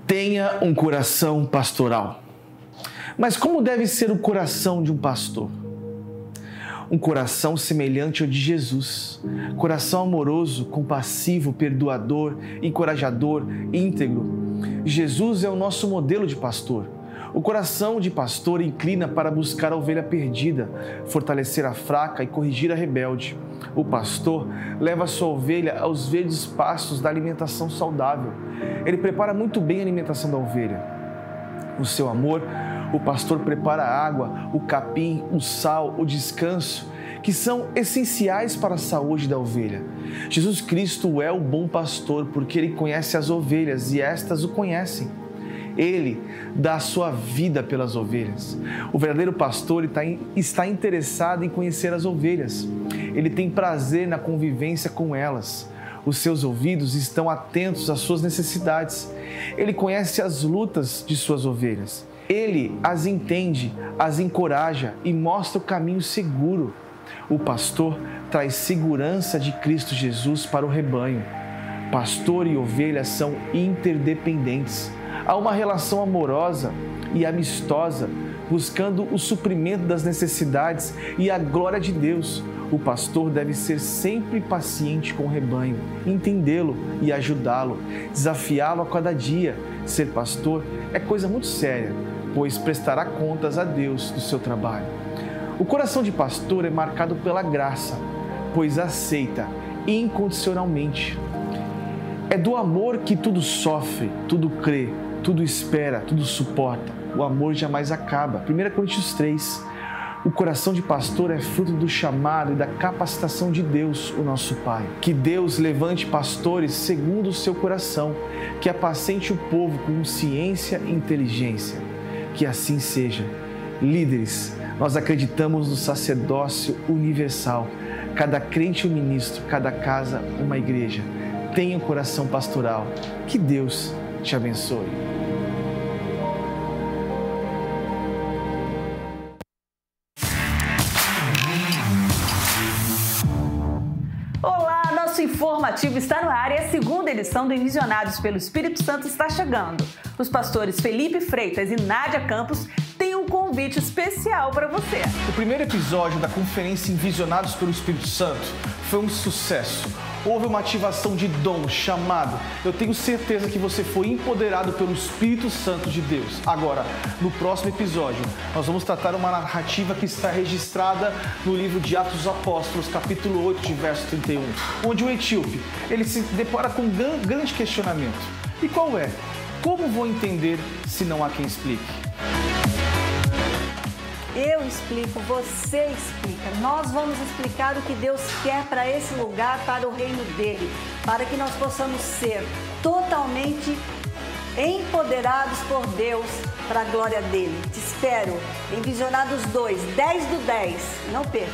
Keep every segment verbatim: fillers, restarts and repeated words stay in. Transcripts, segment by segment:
Tenha um coração pastoral. Mas como deve ser o coração de um pastor? Um coração semelhante ao de Jesus. Coração amoroso, compassivo, perdoador, encorajador, íntegro. Jesus é o nosso modelo de pastor. O coração de pastor inclina para buscar a ovelha perdida, fortalecer a fraca e corrigir a rebelde. O pastor leva a sua ovelha aos verdes pastos da alimentação saudável. Ele prepara muito bem a alimentação da ovelha. No seu amor, o pastor prepara a água, o capim, o sal, o descanso, que são essenciais para a saúde da ovelha. Jesus Cristo é o bom pastor porque ele conhece as ovelhas e estas o conhecem. Ele dá a sua vida pelas ovelhas. O verdadeiro pastor está interessado em conhecer as ovelhas. Ele tem prazer na convivência com elas. Os seus ouvidos estão atentos às suas necessidades. Ele conhece as lutas de suas ovelhas. Ele as entende, as encoraja e mostra o caminho seguro. O pastor traz segurança de Cristo Jesus para o rebanho. Pastor e ovelha são interdependentes. Há uma relação amorosa e amistosa, buscando o suprimento das necessidades e a glória de Deus. O pastor deve ser sempre paciente com o rebanho, entendê-lo e ajudá-lo, desafiá-lo a cada dia. Ser pastor é coisa muito séria, pois prestará contas a Deus do seu trabalho. O coração de pastor é marcado pela graça, pois aceita incondicionalmente. É do amor que tudo sofre, tudo crê, tudo espera, tudo suporta. O amor jamais acaba. primeira Coríntios três. O coração de pastor é fruto do chamado e da capacitação de Deus, o nosso Pai. Que Deus levante pastores segundo o seu coração, que apacente o povo com ciência e inteligência. Que assim seja. Líderes, nós acreditamos no sacerdócio universal. Cada crente um ministro, cada casa uma igreja. Tenha um coração pastoral. Que Deus te abençoe. Olá, nosso informativo está no ar e a segunda edição do Envisionados pelo Espírito Santo está chegando. Os pastores Felipe Freitas e Nádia Campos têm um convite especial para você. O primeiro episódio da conferência Envisionados pelo Espírito Santo foi um sucesso. Houve uma ativação de dom, chamado. Eu tenho certeza que você foi empoderado pelo Espírito Santo de Deus. Agora, no próximo episódio, nós vamos tratar uma narrativa que está registrada no livro de Atos dos Apóstolos, capítulo oito, de verso trinta e um, onde o etíope, ele se depara com um grande questionamento. E qual é? Como vou entender se não há quem explique? Eu explico, você explica. Nós vamos explicar o que Deus quer para esse lugar, para o reino dele, para que nós possamos ser totalmente empoderados por Deus para a glória dele. Te espero em Visionados dois, dez do dez. Não perca.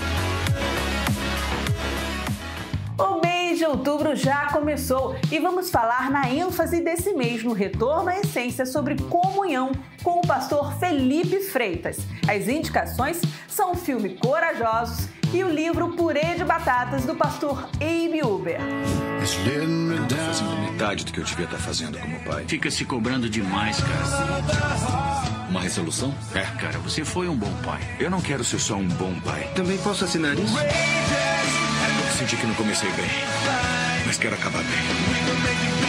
O mês de outubro já começou e vamos falar na ênfase desse mês no Retorno à Essência sobre comunhão com o pastor Felipe Freitas. As indicações são o filme Corajosos e o livro Purê de Batatas do pastor Abe Uber. Tô fazendo metade do que eu devia estar fazendo como pai. Fica se cobrando demais, cara. Uma resolução? É, cara, você foi um bom pai. Eu não quero ser só um bom pai. Também posso assinar isso? Senti que não comecei bem, mas quero acabar bem.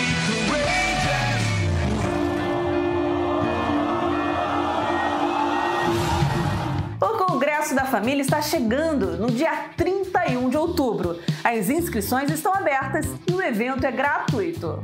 O Congresso da Família está chegando no dia trinta e um de outubro. As inscrições estão abertas e o evento é gratuito.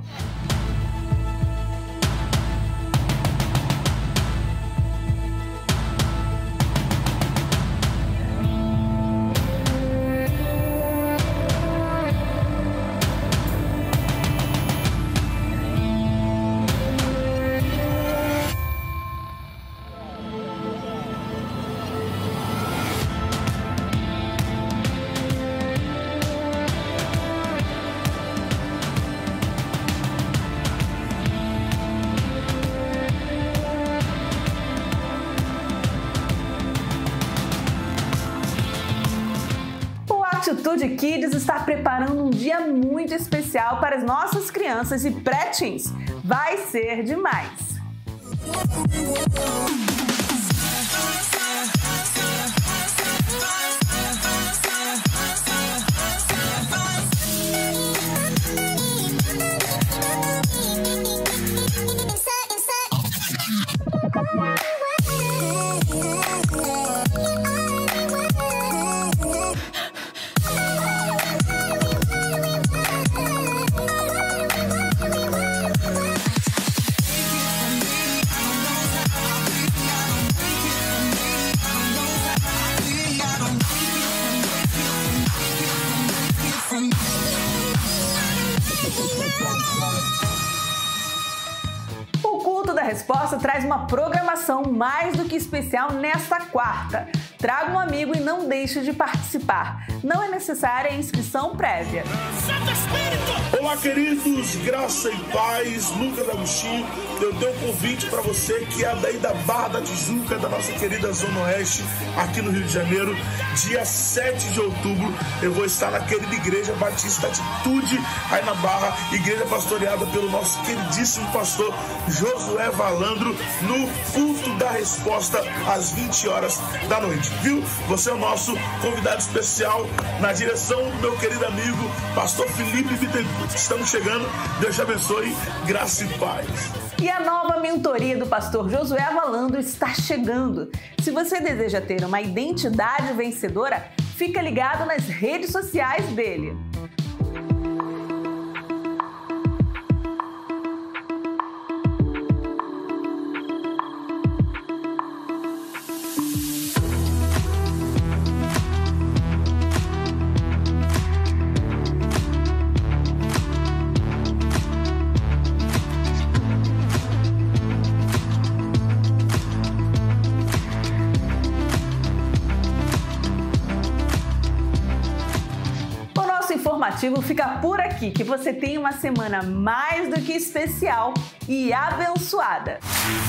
Atitude Kids está preparando um dia muito especial para as nossas crianças e pré-teens. Vai ser demais! O Culto da Resposta traz uma programação mais do que especial nesta quarta. Traga um amigo e não deixe de participar. Não é necessária a inscrição prévia. Olá, queridos, graça e paz, Lucas Agostinho. Eu tenho um convite para você que é daí da Barra da Tijuca, da nossa querida Zona Oeste, aqui no Rio de Janeiro. Dia sete de outubro, eu vou estar na querida Igreja Batista Atitude, aí na Barra, igreja pastoreada pelo nosso queridíssimo pastor Josué Valandro, no Culto da Resposta, às vinte horas da noite, viu? Você é o nosso convidado especial, na direção do meu querido amigo, pastor Felipe Bittencourt. Estamos chegando, Deus te abençoe, graça e paz. E a nova mentoria do pastor Josué Valandro está chegando. Se você deseja ter uma identidade vencedora, fica ligado nas redes sociais dele. Informativo fica por aqui. Que você tenha uma semana mais do que especial e abençoada.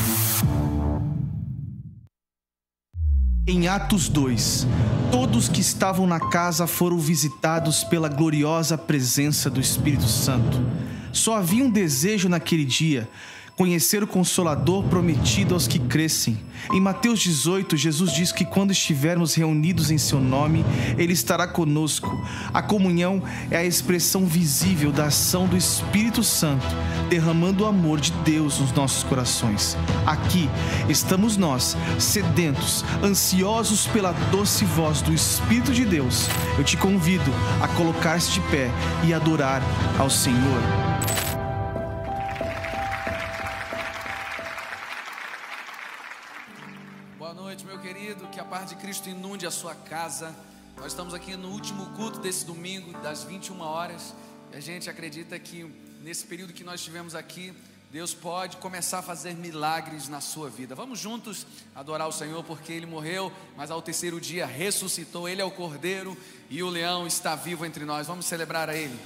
Em Atos dois, todos que estavam na casa foram visitados pela gloriosa presença do Espírito Santo. Só havia um desejo naquele dia: conhecer o Consolador prometido aos que crescem. Em Mateus dezoito, Jesus diz que quando estivermos reunidos em seu nome, Ele estará conosco. A comunhão é a expressão visível da ação do Espírito Santo, derramando o amor de Deus nos nossos corações. Aqui estamos nós, sedentos, ansiosos pela doce voz do Espírito de Deus. Eu te convido a colocar-se de pé e adorar ao Senhor. Boa noite, meu querido, que a paz de Cristo inunde a sua casa. Nós estamos aqui no último culto desse domingo, das vinte e uma horas, e a gente acredita que nesse período que nós tivemos aqui, Deus pode começar a fazer milagres na sua vida. Vamos juntos adorar o Senhor, porque Ele morreu, mas ao terceiro dia ressuscitou. Ele é o Cordeiro e o Leão está vivo entre nós. Vamos celebrar a Ele.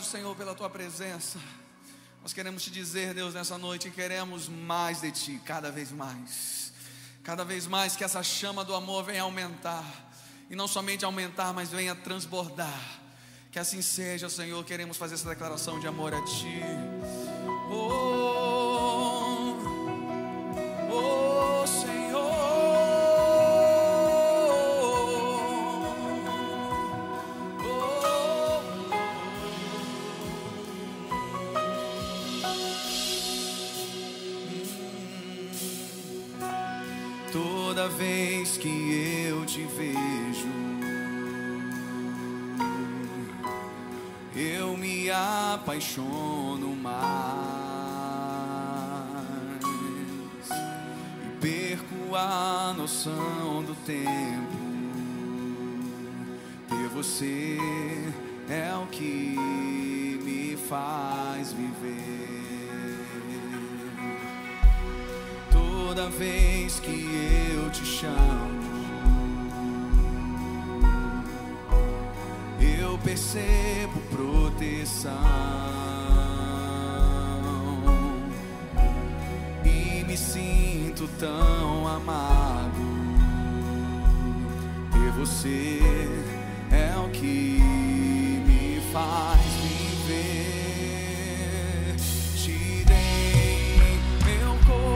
Senhor, pela Tua presença. Nós queremos Te dizer, Deus, nessa noite, queremos mais de Ti, cada vez mais. Cada vez mais que essa chama do amor venha aumentar. E não somente aumentar, mas venha transbordar. Que assim seja, Senhor. Queremos fazer essa declaração de amor a Ti. Oh, oh Senhor. Oh, toda vez que eu Te vejo, eu me apaixono mais e perco a noção do tempo. Ter você é o que me faz viver. Toda vez que eu Te chamo, eu percebo proteção e me sinto tão amado. E você é o que me faz viver. Te dei meu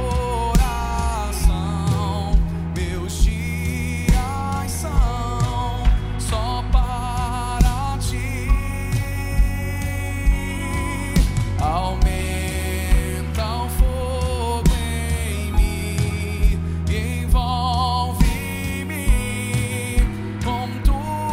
coração, meus dias são só para Ti. Aumenta o fogo em mim, envolve-me com Tua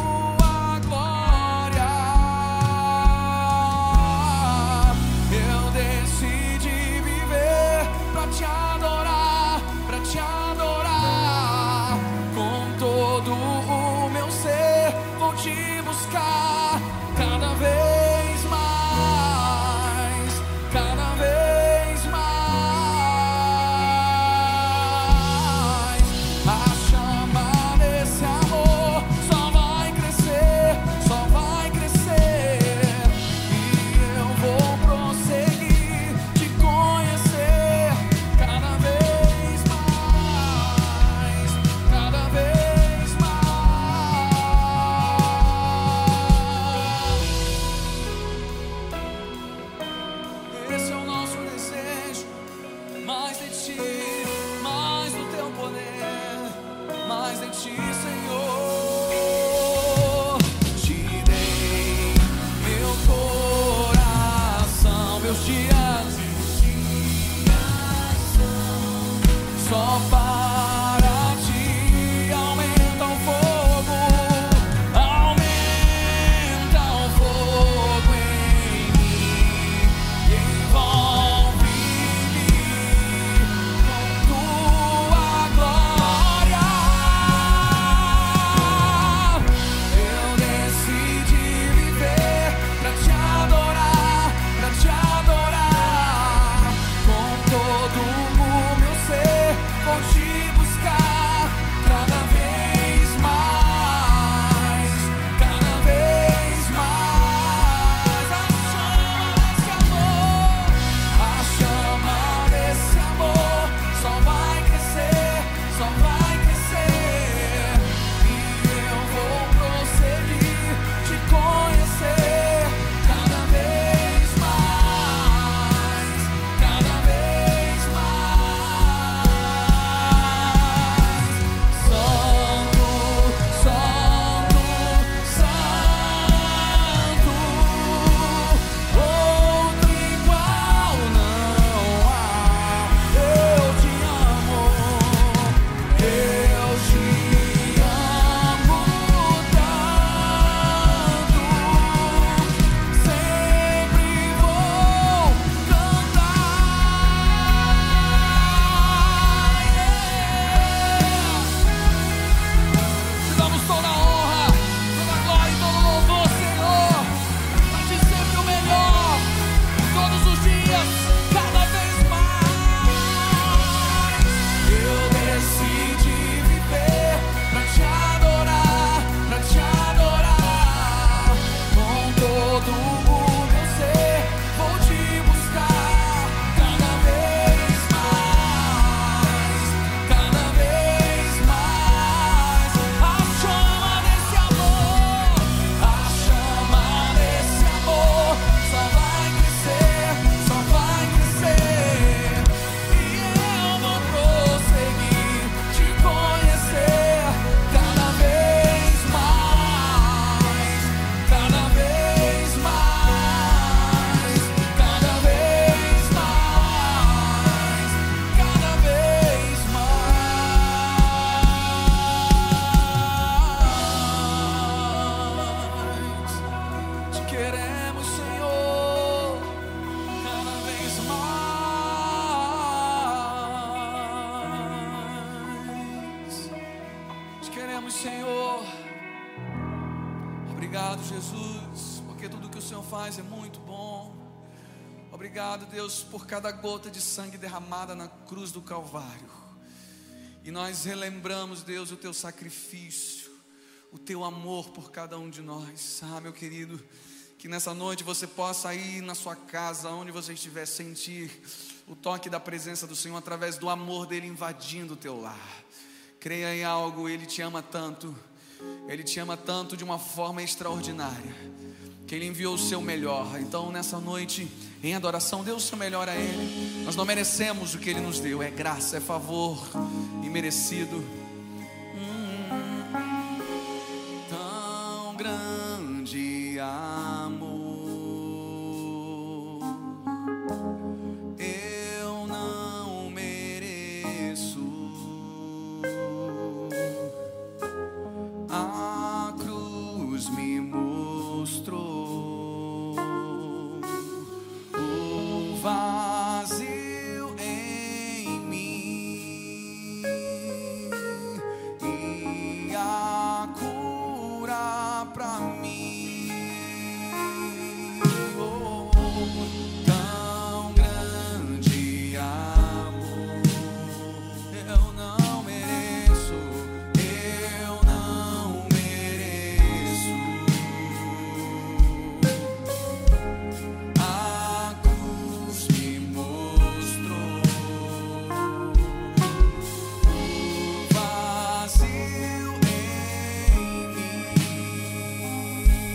queremos, Senhor, cada vez mais. Te queremos, Senhor. Obrigado, Jesus, porque tudo que o Senhor faz é muito bom. Obrigado, Deus, por cada gota de sangue derramada na cruz do Calvário. E nós relembramos, Deus, o teu sacrifício, o teu amor por cada um de nós. Ah, meu querido, que nessa noite você possa ir na sua casa, onde você estiver, sentir o toque da presença do Senhor através do amor dele invadindo o teu lar. Creia em algo, ele te ama tanto, ele te ama tanto de uma forma extraordinária, que ele enviou o seu melhor. Então nessa noite, em adoração, dê o seu melhor a ele. Nós não merecemos o que ele nos deu, é graça, é favor imerecido. hum, Tão grande amor eu não mereço. A cruz me mostrou vazio em mim e a cura pra mim. Oh, tão grande amor eu não mereço, eu não mereço. A cruz me mostrou o vazio em mim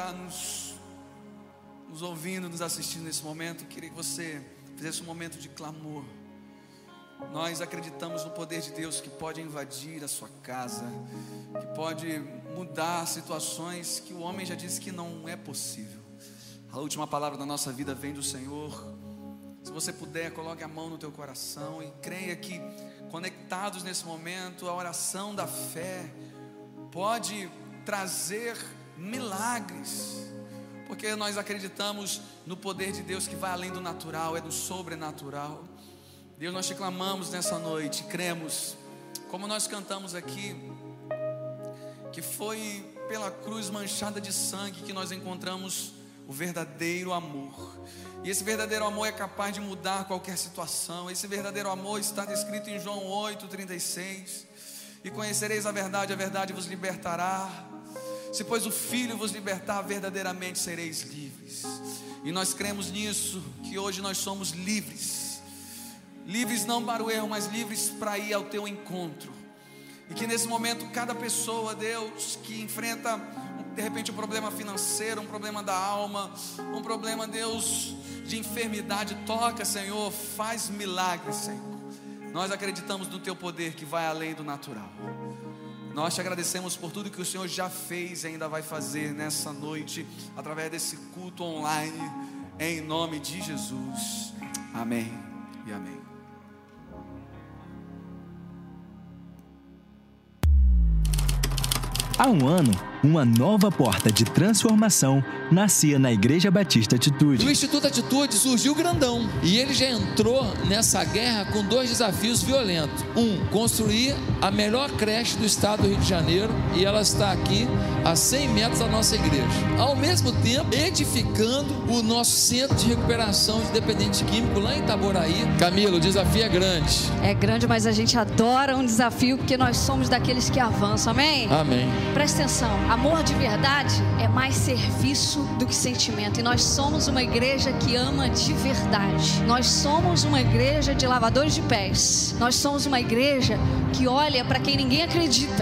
está nos, nos ouvindo, nos assistindo nesse momento, queria que você fizesse um momento de clamor. Nós acreditamos no poder de Deus que pode invadir a sua casa, que pode mudar situações que o homem já disse que não é possível. A última palavra da nossa vida vem do Senhor. Se você puder, coloque a mão no teu coração e creia que, conectados nesse momento, a oração da fé pode trazer milagres, porque nós acreditamos no poder de Deus que vai além do natural, é do sobrenatural. Deus, nós te clamamos nessa noite, cremos, como nós cantamos aqui, que foi pela cruz manchada de sangue que nós encontramos o verdadeiro amor. E esse verdadeiro amor é capaz de mudar qualquer situação. Esse verdadeiro amor está descrito em João oito, trinta e seis. E conhecereis a verdade, a verdade vos libertará. Se pois o Filho vos libertar, verdadeiramente sereis livres. E nós cremos nisso, que hoje nós somos livres. Livres não para o erro, mas livres para ir ao teu encontro. E que nesse momento cada pessoa, Deus, que enfrenta de repente um problema financeiro, um problema da alma, um problema, Deus, de enfermidade, toca, Senhor, faz milagres, Senhor. Nós acreditamos no teu poder que vai além do natural. Nós te agradecemos por tudo que o Senhor já fez e ainda vai fazer nessa noite, através desse culto online, em nome de Jesus. Amém e amém. Há um ano, uma nova porta de transformação nascia na Igreja Batista Atitude. O Instituto Atitude surgiu grandão e ele já entrou nessa guerra com dois desafios violentos. Um, construir a melhor creche do estado do Rio de Janeiro, e ela está aqui a cem metros da nossa igreja. Ao mesmo tempo, edificando o nosso centro de recuperação de dependente químico lá em Itaboraí. Camila, o desafio é grande. É grande, mas a gente adora um desafio porque nós somos daqueles que avançam, amém? Amém. Presta atenção, amor de verdade é mais serviço do que sentimento. E nós somos uma igreja que ama de verdade. Nós somos uma igreja de lavadores de pés. Nós somos uma igreja que olha para quem ninguém acredita.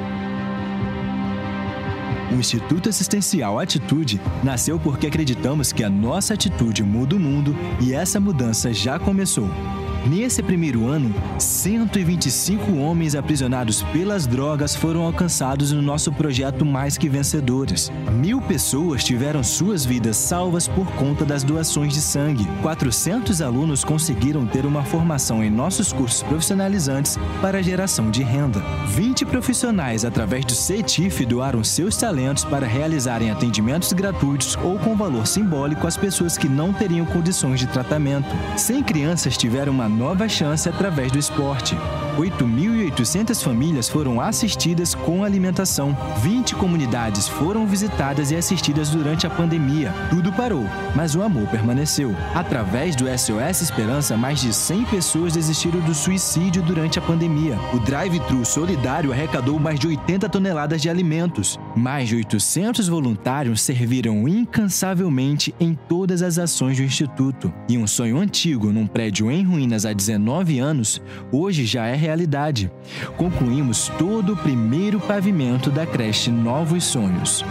O Instituto Assistencial Atitude nasceu porque acreditamos que a nossa atitude muda o mundo e essa mudança já começou. Nesse primeiro ano, cento e vinte e cinco homens aprisionados pelas drogas foram alcançados no nosso projeto Mais Que Vencedores. Mil pessoas tiveram suas vidas salvas por conta das doações de sangue. quatrocentos alunos conseguiram ter uma formação em nossos cursos profissionalizantes para a geração de renda. vinte profissionais, através do C E T I F, doaram seus talentos para realizarem atendimentos gratuitos ou com valor simbólico às pessoas que não teriam condições de tratamento. cem crianças tiveram uma nova chance através do esporte. oito mil e oitocentas famílias foram assistidas com alimentação. vinte comunidades foram visitadas e assistidas durante a pandemia. Tudo parou, mas o amor permaneceu. Através do S O S Esperança, mais de cem pessoas desistiram do suicídio durante a pandemia. O Drive-Thru Solidário arrecadou mais de oitenta toneladas de alimentos. Mais de oitocentos voluntários serviram incansavelmente em todas as ações do Instituto. E um sonho antigo num prédio em ruínas há dezenove anos, hoje já é realidade. Concluímos todo o primeiro pavimento da creche Novos Sonhos.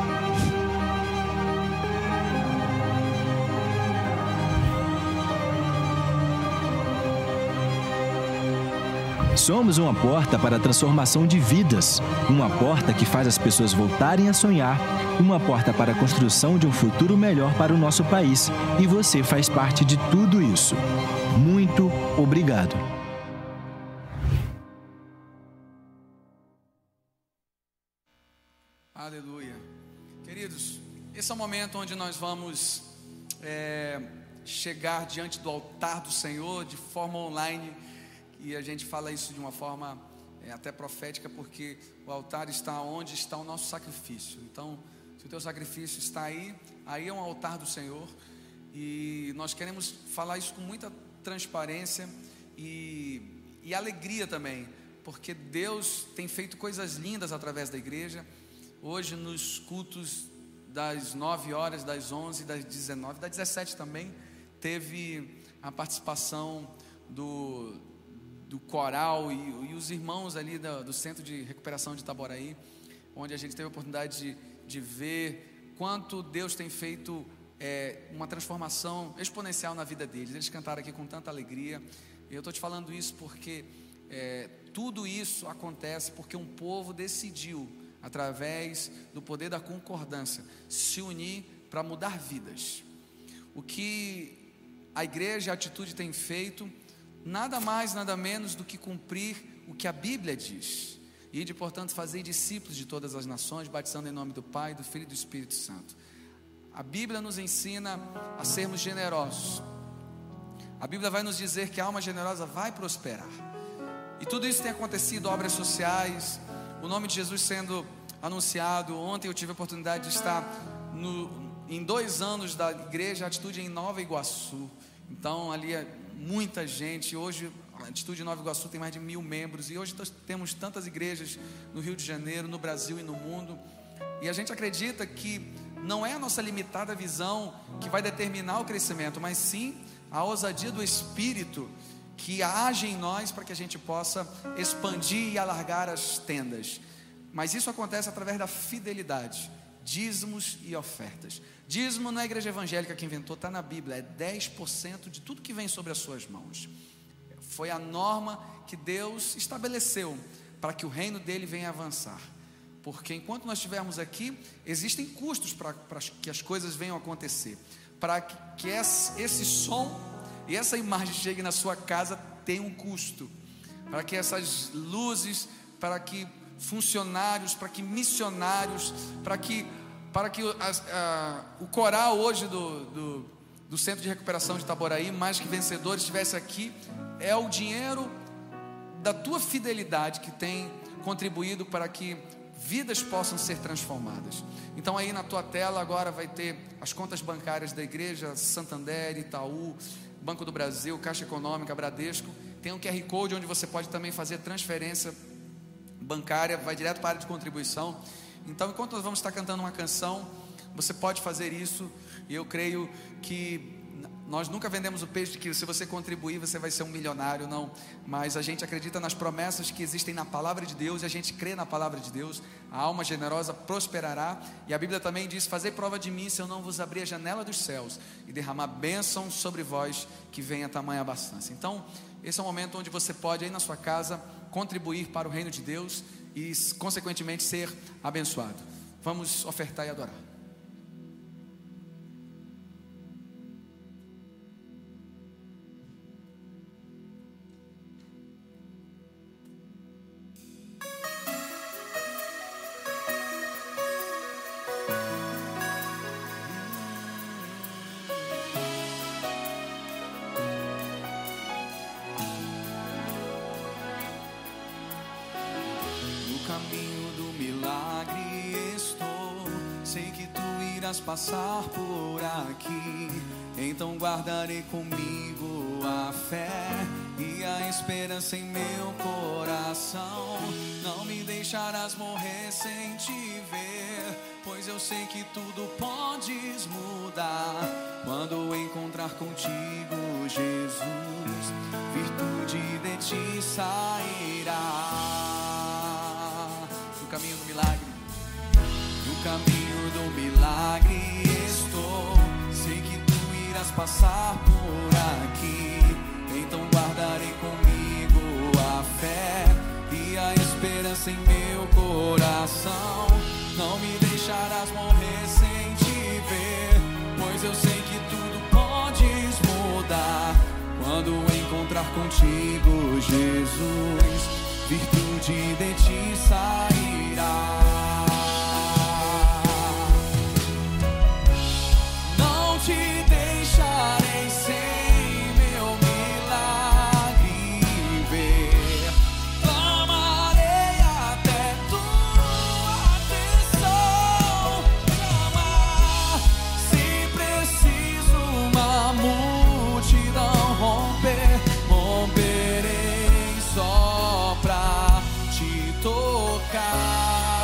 Somos uma porta para a transformação de vidas, uma porta que faz as pessoas voltarem a sonhar, uma porta para a construção de um futuro melhor para o nosso país. E você faz parte de tudo isso. Muito obrigado. Aleluia. Queridos, esse é o momento onde nós vamos é, chegar diante do altar do Senhor de forma online. E a gente fala isso de uma forma é, até profética, porque o altar está onde está o nosso sacrifício. Então, se o teu sacrifício está aí, aí é um altar do Senhor. E nós queremos falar isso com muita transparência e, e alegria também, porque Deus tem feito coisas lindas através da igreja. Hoje nos cultos das nove horas, das onze, das dezenove, das dezessete também, teve a participação do... do coral e, e os irmãos ali do, do Centro de Recuperação de Itaboraí, onde a gente teve a oportunidade de, de ver quanto Deus tem feito é, uma transformação exponencial na vida deles. Eles cantaram aqui com tanta alegria. E eu estou te falando isso porque é, tudo isso acontece porque um povo decidiu, através do poder da concordância, se unir para mudar vidas. O que a igreja, a atitude tem feito, nada mais, nada menos do que cumprir o que a Bíblia diz. E de, portanto, fazer discípulos de todas as nações, batizando em nome do Pai, do Filho e do Espírito Santo. A Bíblia nos ensina a sermos generosos. A Bíblia vai nos dizer que a alma generosa vai prosperar. E tudo isso tem acontecido, obras sociais, o nome de Jesus sendo anunciado. Ontem eu tive a oportunidade de estar no, em dois anos da igreja Atitude em Nova Iguaçu. Então ali é muita gente. Hoje a Atitude em Nova Iguaçu tem mais de mil membros. E hoje temos tantas igrejas no Rio de Janeiro, no Brasil e no mundo. E a gente acredita que não é a nossa limitada visão que vai determinar o crescimento, mas sim a ousadia do Espírito que age em nós para que a gente possa expandir e alargar as tendas. Mas isso acontece através da fidelidade, dízimos e ofertas. Dízimo não é a igreja evangélica que inventou, está na Bíblia, é dez por cento de tudo que vem sobre as suas mãos. Foi a norma que Deus estabeleceu para que o reino dele venha avançar. Porque enquanto nós estivermos aqui, existem custos para, para que as coisas venham a acontecer. Para que, que esse, esse som e essa imagem chegue na sua casa, tem um custo. Para que essas luzes, para que funcionários, para que missionários, para que, para que a, a, o coral hoje do, do, do Centro de Recuperação de Itaboraí, Mais Que Vencedores, estivesse aqui, é o dinheiro da tua fidelidade que tem contribuído para que vidas possam ser transformadas. Então aí na tua tela agora vai ter as contas bancárias da igreja, Santander, Itaú, Banco do Brasil, Caixa Econômica, Bradesco. Tem um Q R Code onde você pode também fazer transferência bancária, vai direto para a área de contribuição. Então enquanto nós vamos estar cantando uma canção, você pode fazer isso. E eu creio que nós nunca vendemos o peixe de que se você contribuir você vai ser um milionário, não. Mas a gente acredita nas promessas que existem na palavra de Deus, e a gente crê na palavra de Deus. A alma generosa prosperará. E a Bíblia também diz: fazei prova de mim, se eu não vos abrir a janela dos céus e derramar bênção sobre vós, que venha tamanha abastança. Então esse é o momento onde você pode aí na sua casa contribuir para o reino de Deus e consequentemente ser abençoado. Vamos ofertar e adorar. Passar por aqui, então guardarei comigo a fé e a esperança em meu coração. Não me deixarás morrer sem te ver, pois eu sei que tudo podes mudar quando encontrar contigo, Jesus. Virtude de ti sairá. No caminho do milagre, no caminho do milagre estou. Sei que tu irás passar por aqui, então guardarei comigo a fé e a esperança em meu coração. Não me deixarás morrer sem te ver, pois eu sei que tudo podes mudar quando encontrar contigo, Jesus. Virtude de ti sairá. Te deixarei sem meu milagre ver. Clamarei até tua atenção. Clamar, se preciso uma multidão romper, romperei só pra te tocar.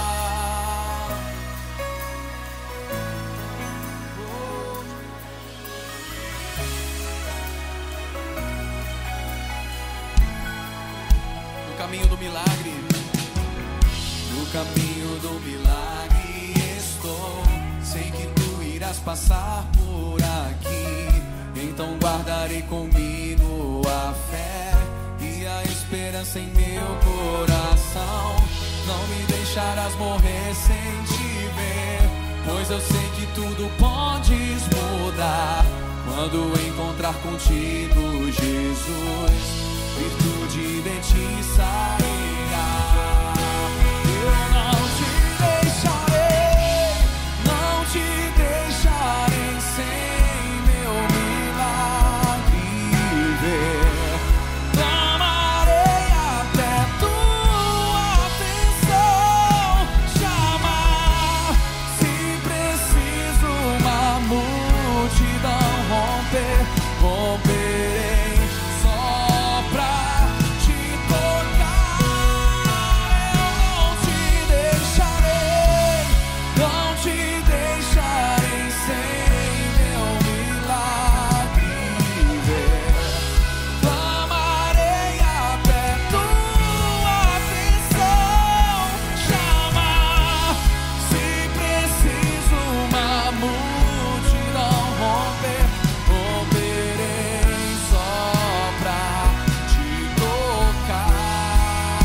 Caminho do milagre, no caminho do milagre estou. sei que tu irás passar por aqui. Então guardarei comigo a fé e a esperança em meu coração. Não me deixarás morrer sem te ver, pois eu sei que tudo podes mudar quando encontrar contigo, Jesus. Virtude de ti sairá. Eu não te deixarei, não te deixarei sem meu milagre ver. Clamarei até tua atenção chamar. Se preciso uma multidão romper, romperei só pra te tocar. Eu não te deixarei, não te deixarei sem meu milagre ver. Clamarei até tua atenção chamar. Se preciso uma multidão romper, romperei só pra te tocar.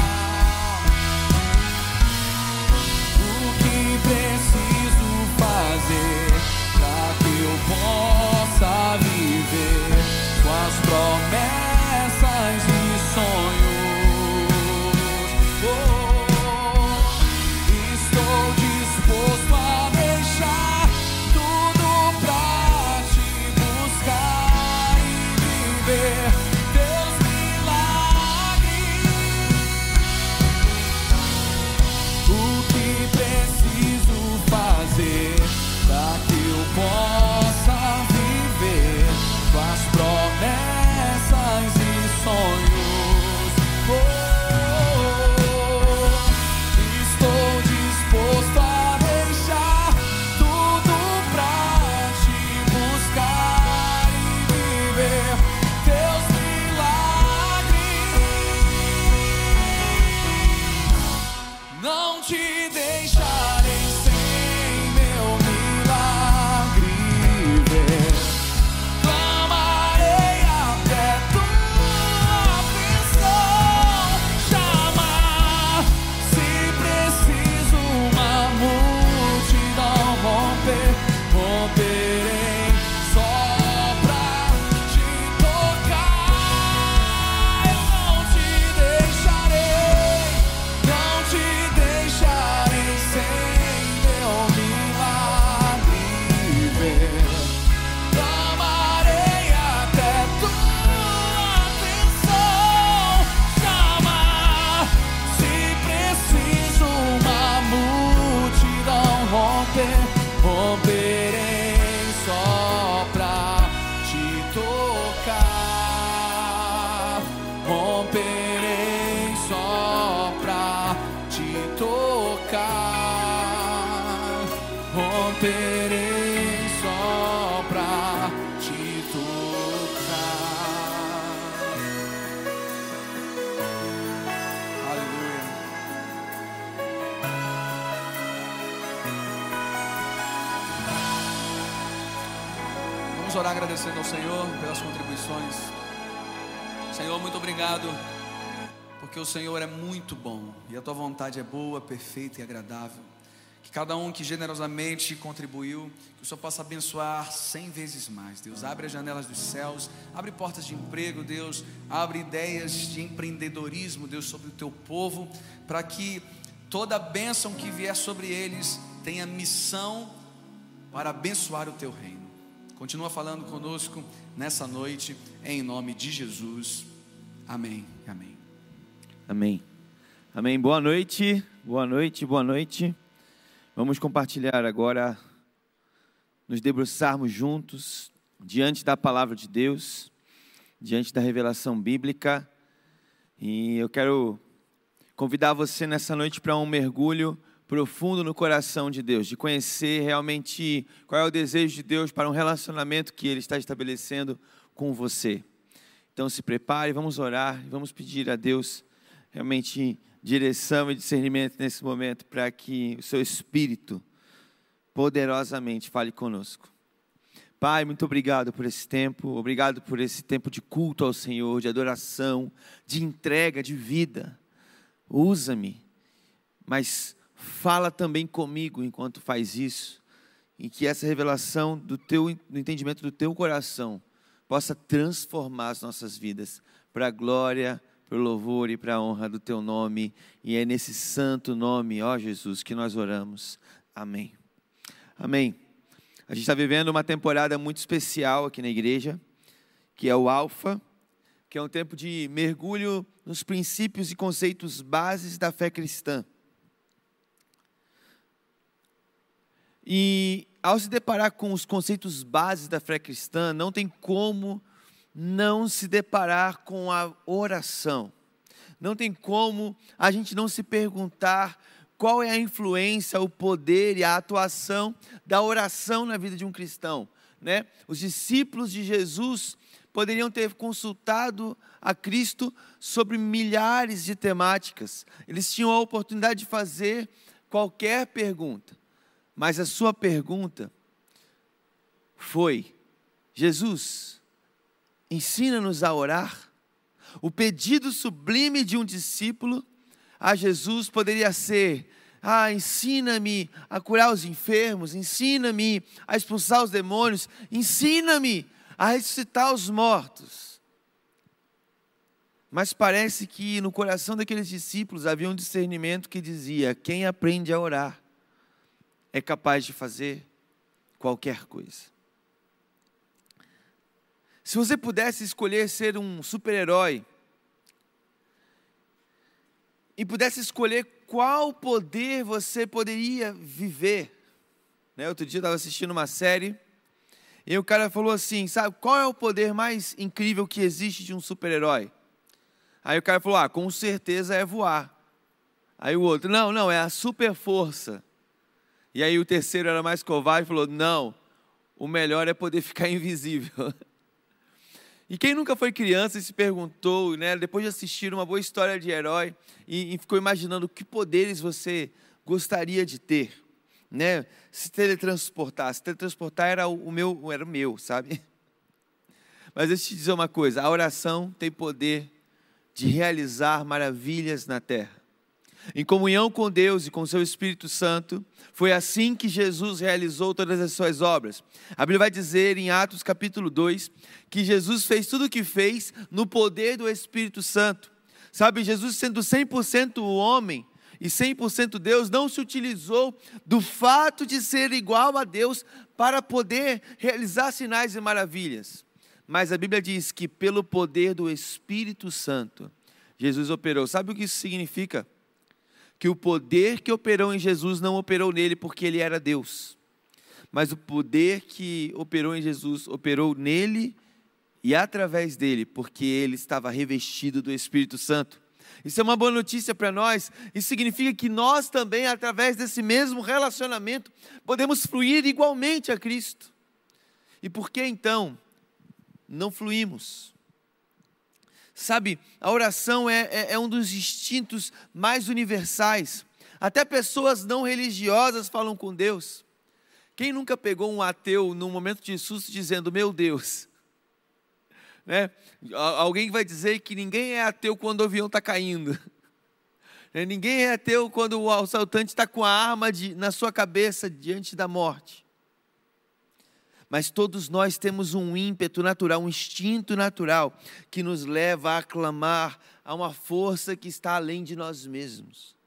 O que preciso fazer pra que eu possa viver com as promessas e sonhos? Oh, estou disposto a deixar tudo pra te buscar e viver teus milagres. O que preciso fazer pra que eu possa viver com as promessas e sonhos? Oh, estou disposto a deixar tudo pra te buscar e viver teus milagres. Não te deixarei sem meu milagre ver. Clamarei até tua atenção chamar. Se preciso uma multidão romper, romperei só pra te tocar. Eu não te deixarei, não te deixarei sem meu milagre ver. Clamarei até tua atenção chamar. Se preciso uma multidão romper, romperei só pra te tocar. Romperei só pra te tocar. Romperei só pra te tocar. Aleluia. Vamos orar agradecendo ao Senhor pelas contribuições. Senhor, muito obrigado, porque o Senhor é muito bom e a tua vontade é boa, perfeita e agradável. Que cada um que generosamente contribuiu, que o Senhor possa abençoar cem vezes mais. Deus, abre as janelas dos céus, abre portas de emprego, Deus, abre ideias de empreendedorismo, Deus, sobre o teu povo, para que toda bênção que vier sobre eles tenha missão para abençoar o teu reino. Continua falando conosco nessa noite, em nome de Jesus. Amém. Amém. Amém. Amém. Boa noite, boa noite, boa noite. Vamos compartilhar agora, nos debruçarmos juntos, diante da palavra de Deus, diante da revelação bíblica. E eu quero convidar você nessa noite para um mergulho profundo no coração de Deus, de conhecer realmente qual é o desejo de Deus para um relacionamento que Ele está estabelecendo com você. Então se prepare, vamos orar e vamos pedir a Deus realmente direção e discernimento nesse momento, para que o seu espírito poderosamente fale conosco. Pai, muito obrigado por esse tempo, obrigado por esse tempo de culto ao Senhor, de adoração, de entrega, de vida. Usa-me, mas fala também comigo enquanto faz isso, e que essa revelação do teu, do entendimento do teu coração possa transformar as nossas vidas para a glória, para o louvor e para a honra do teu nome, e é nesse santo nome, ó Jesus, que nós oramos. Amém. Amém. A gente está vivendo uma temporada muito especial aqui na igreja, que é o Alfa, que é um tempo de mergulho nos princípios e conceitos bases da fé cristã. E ao se deparar com os conceitos bases da fé cristã, não tem como não se deparar com a oração. Não tem como a gente não se perguntar qual é a influência, o poder e a atuação da oração na vida de um cristão, né? Os discípulos de Jesus poderiam ter consultado a Cristo sobre milhares de temáticas. Eles tinham a oportunidade de fazer qualquer pergunta. Mas a sua pergunta foi: Jesus, ensina-nos a orar. O pedido sublime de um discípulo a Jesus poderia ser: ah, ensina-me a curar os enfermos, ensina-me a expulsar os demônios, ensina-me a ressuscitar os mortos. Mas parece que no coração daqueles discípulos havia um discernimento que dizia: quem aprende a orar é capaz de fazer qualquer coisa. Se você pudesse escolher ser um super-herói, e pudesse escolher qual poder você poderia viver, né? Outro dia eu estava assistindo uma série, e o cara falou assim, sabe, qual é o poder mais incrível que existe de um super-herói? Aí o cara falou, ah, com certeza é voar. Aí o outro, não, não, é a super força. E aí o terceiro era mais covarde e falou, não, o melhor é poder ficar invisível. E quem nunca foi criança e se perguntou, né, depois de assistir uma boa história de herói, e, e ficou imaginando que poderes você gostaria de ter, né? Se teletransportar, se teletransportar era o meu, era o meu, sabe? Mas deixa eu te dizer uma coisa, a oração tem poder de realizar maravilhas na terra. Em comunhão com Deus e com o seu Espírito Santo, foi assim que Jesus realizou todas as suas obras. A Bíblia vai dizer em Atos capítulo dois, que Jesus fez tudo o que fez no poder do Espírito Santo. Sabe, Jesus sendo cem por cento homem e cem por cento Deus, não se utilizou do fato de ser igual a Deus para poder realizar sinais e maravilhas. Mas a Bíblia diz que pelo poder do Espírito Santo, Jesus operou. Sabe o que isso significa? Que o poder que operou em Jesus não operou nele porque ele era Deus, mas o poder que operou em Jesus operou nele e através dele, porque ele estava revestido do Espírito Santo. Isso é uma boa notícia para nós. Isso significa que nós também, através desse mesmo relacionamento, podemos fluir igualmente a Cristo. E por que então não fluímos? Sabe, a oração é, é, é um dos instintos mais universais. Até pessoas não religiosas falam com Deus. Quem nunca pegou um ateu num momento de susto dizendo, meu Deus? Né? Alguém vai dizer que ninguém é ateu quando o avião está caindo. Ninguém é ateu quando o assaltante está com a arma de, na sua cabeça diante da morte. Mas todos nós temos um ímpeto natural, um instinto natural, que nos leva a clamar a uma força que está além de nós mesmos.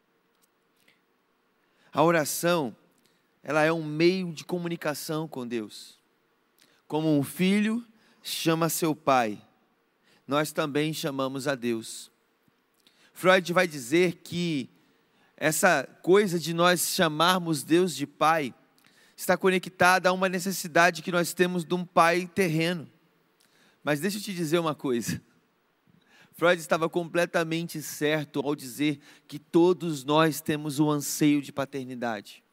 A oração, ela é um meio de comunicação com Deus. Como um filho chama seu pai, nós também chamamos a Deus. Freud vai dizer que essa coisa de nós chamarmos Deus de pai está conectada a uma necessidade que nós temos de um pai terreno. Mas deixa eu te dizer uma coisa. Freud estava completamente certo ao dizer que todos nós temos o anseio de paternidade.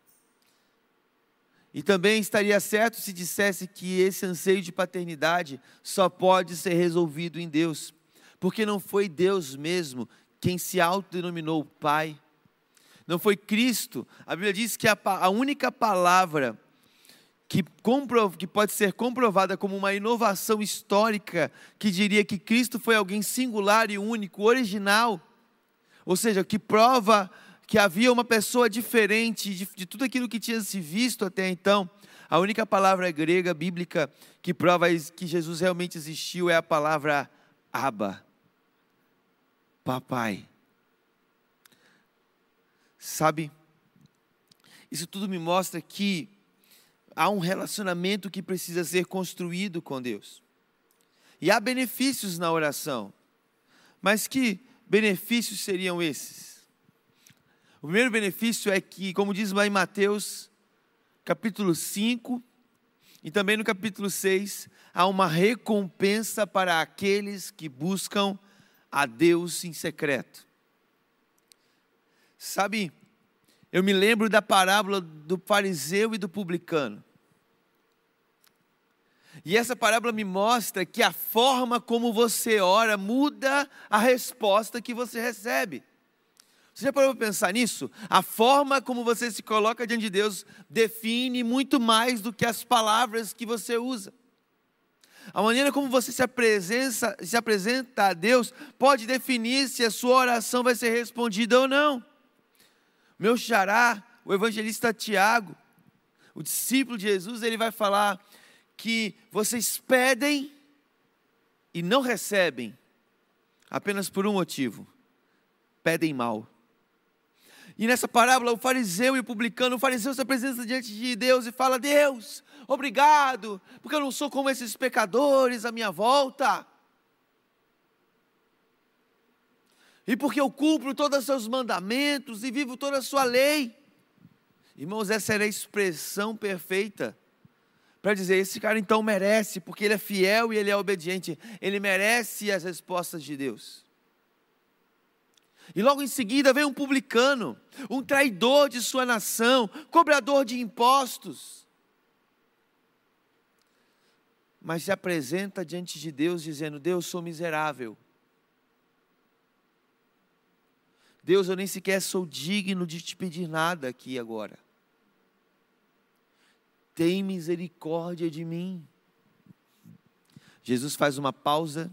E também estaria certo se dissesse que esse anseio de paternidade só pode ser resolvido em Deus, porque não foi Deus mesmo quem se autodenominou Pai. não foi Cristo. A Bíblia diz que a, a única palavra que, compro, que pode ser comprovada como uma inovação histórica, que diria que Cristo foi alguém singular e único, original, ou seja, que prova que havia uma pessoa diferente de, de tudo aquilo que tinha se visto até então. A única palavra grega, bíblica, que prova que Jesus realmente existiu é a palavra Abba, papai. Sabe, isso tudo me mostra que há um relacionamento que precisa ser construído com Deus. E há benefícios na oração. Mas que benefícios seriam esses? O primeiro benefício é que, como diz lá em Mateus, capítulo cinco, e também no capítulo seis, há uma recompensa para aqueles que buscam a Deus em secreto. Sabe, eu me lembro da parábola do fariseu e do publicano. E essa parábola me mostra que a forma como você ora muda a resposta que você recebe. Você já parou para pensar nisso? A forma como você se coloca diante de Deus define muito mais do que as palavras que você usa. A maneira como você se apresenta, se apresenta a Deus pode definir se a sua oração vai ser respondida ou não. Meu xará, o evangelista Tiago, o discípulo de Jesus, ele vai falar que vocês pedem e não recebem, apenas por um motivo: pedem mal. E nessa parábola, o fariseu e o publicano, o fariseu se apresenta diante de Deus e fala: Deus, obrigado, porque eu não sou como esses pecadores à minha volta. E porque eu cumpro todos os seus mandamentos e vivo toda a sua lei. Irmãos, essa era a expressão perfeita para dizer: esse cara então merece, porque ele é fiel e ele é obediente, ele merece as respostas de Deus. E logo em seguida vem um publicano, um traidor de sua nação, cobrador de impostos, mas se apresenta diante de Deus dizendo: Deus, sou miserável. Deus, eu nem sequer sou digno de te pedir nada aqui agora. Tem misericórdia de mim. Jesus faz uma pausa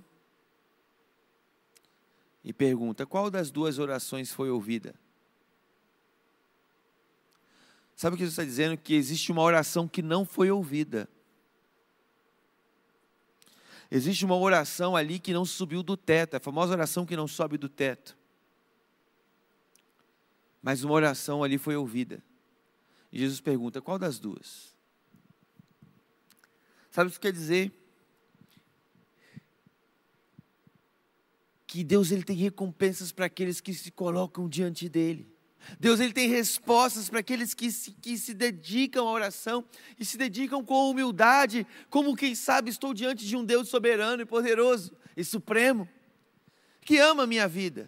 e pergunta: qual das duas orações foi ouvida? Sabe o que Jesus está dizendo? Que existe uma oração que não foi ouvida. Existe uma oração ali que não subiu do teto, a famosa oração que não sobe do teto. Mas uma oração ali foi ouvida. E Jesus pergunta: qual das duas? Sabe o que quer dizer? Que Deus ele tem recompensas para aqueles que se colocam diante dele. Deus ele tem respostas para aqueles que se, que se dedicam à oração e se dedicam com humildade, como quem sabe estou diante de um Deus soberano e poderoso e supremo, que ama a minha vida.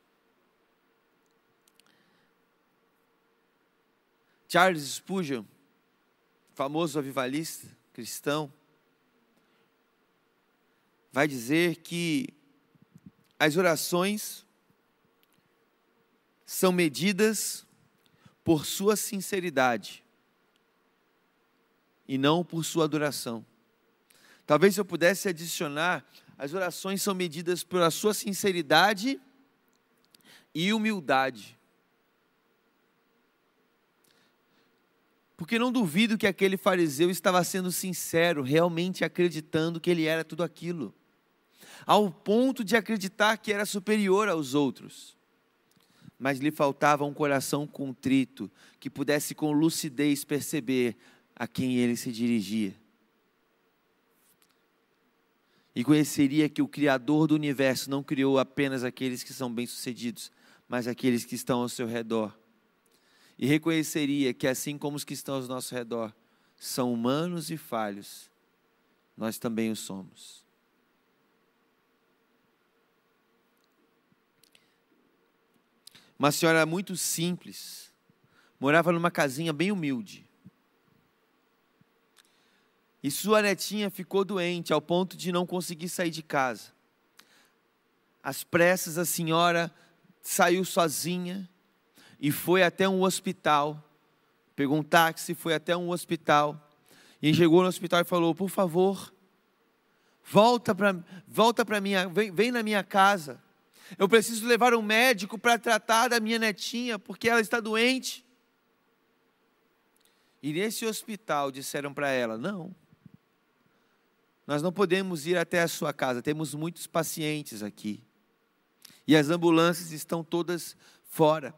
Charles Spurgeon, famoso avivalista cristão, vai dizer que as orações são medidas por sua sinceridade e não por sua duração. Talvez se eu pudesse adicionar, as orações são medidas pela sua sinceridade e humildade. Porque não duvido que aquele fariseu estava sendo sincero, realmente acreditando que ele era tudo aquilo, ao ponto de acreditar que era superior aos outros. Mas lhe faltava um coração contrito, que pudesse com lucidez perceber a quem ele se dirigia. E conheceria que o Criador do universo não criou apenas aqueles que são bem-sucedidos, mas aqueles que estão ao seu redor. E reconheceria que assim como os que estão ao nosso redor são humanos e falhos, nós também o somos. Uma senhora muito simples, morava numa casinha bem humilde. E sua netinha ficou doente ao ponto de não conseguir sair de casa. Às pressas a senhora saiu sozinha e foi até um hospital, pegou um táxi, foi até um hospital, e chegou no hospital e falou: por favor, volta para volta para minha, vem, vem na minha casa, eu preciso levar um médico para tratar da minha netinha, porque ela está doente. E nesse hospital disseram para ela: não, nós não podemos ir até a sua casa, temos muitos pacientes aqui, e as ambulâncias estão todas fora.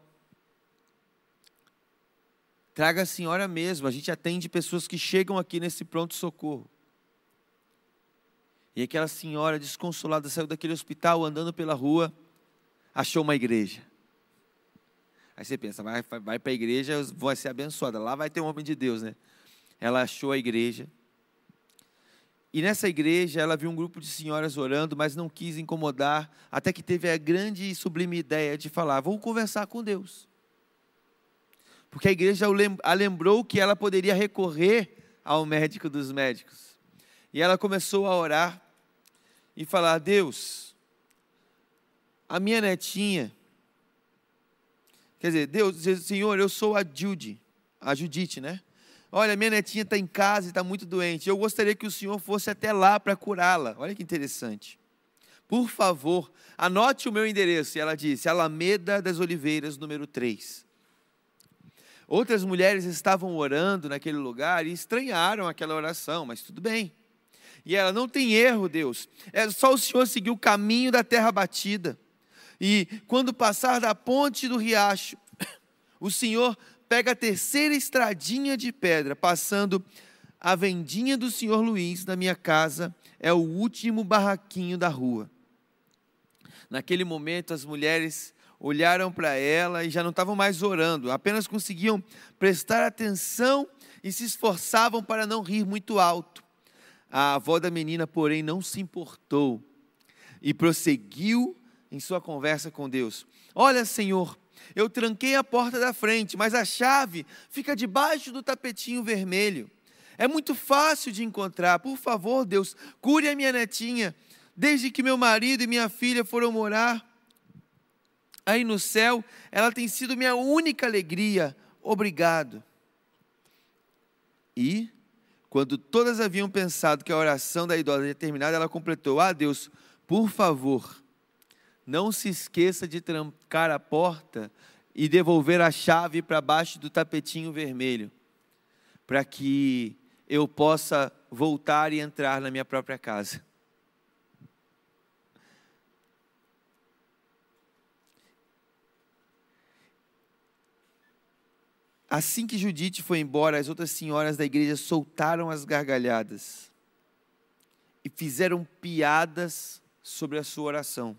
Traga a senhora mesmo, a gente atende pessoas que chegam aqui nesse pronto-socorro. E aquela senhora desconsolada saiu daquele hospital, andando pela rua, achou uma igreja. Aí você pensa, vai, vai para a igreja, vai ser abençoada, lá vai ter um homem de Deus, né? Ela achou a igreja. E nessa igreja ela viu um grupo de senhoras orando, mas não quis incomodar, até que teve a grande e sublime ideia de falar: vou conversar com Deus. Porque a igreja a lembrou que ela poderia recorrer ao médico dos médicos. E ela começou a orar e falar: Deus, a minha netinha, quer dizer, Deus, Senhor, eu sou a Judy, a Judite, né? Olha, minha netinha está em casa e está muito doente, eu gostaria que o Senhor fosse até lá para curá-la. Olha que interessante. Por favor, anote o meu endereço. E ela disse: Alameda das Oliveiras, número três. Outras mulheres estavam orando naquele lugar e estranharam aquela oração, mas tudo bem. E ela: não tem erro, Deus, é só o Senhor seguir o caminho da terra batida. E quando passar da ponte do riacho, o Senhor pega a terceira estradinha de pedra, passando a vendinha do senhor Luiz na minha casa, é o último barraquinho da rua. Naquele momento as mulheres olharam para ela e já não estavam mais orando, apenas conseguiam prestar atenção e se esforçavam para não rir muito alto. A avó da menina, porém, não se importou e prosseguiu em sua conversa com Deus. Olha, Senhor, eu tranquei a porta da frente, mas a chave fica debaixo do tapetinho vermelho. É muito fácil de encontrar. Por favor, Deus, cure a minha netinha. Desde que meu marido e minha filha foram morar aí no céu, ela tem sido minha única alegria. Obrigado. E, quando todas haviam pensado que a oração da idosa tinha terminado, ela completou: ah, Deus, por favor, não se esqueça de trancar a porta e devolver a chave para baixo do tapetinho vermelho, para que eu possa voltar e entrar na minha própria casa. Assim que Judite foi embora, as outras senhoras da igreja soltaram as gargalhadas e fizeram piadas sobre a sua oração.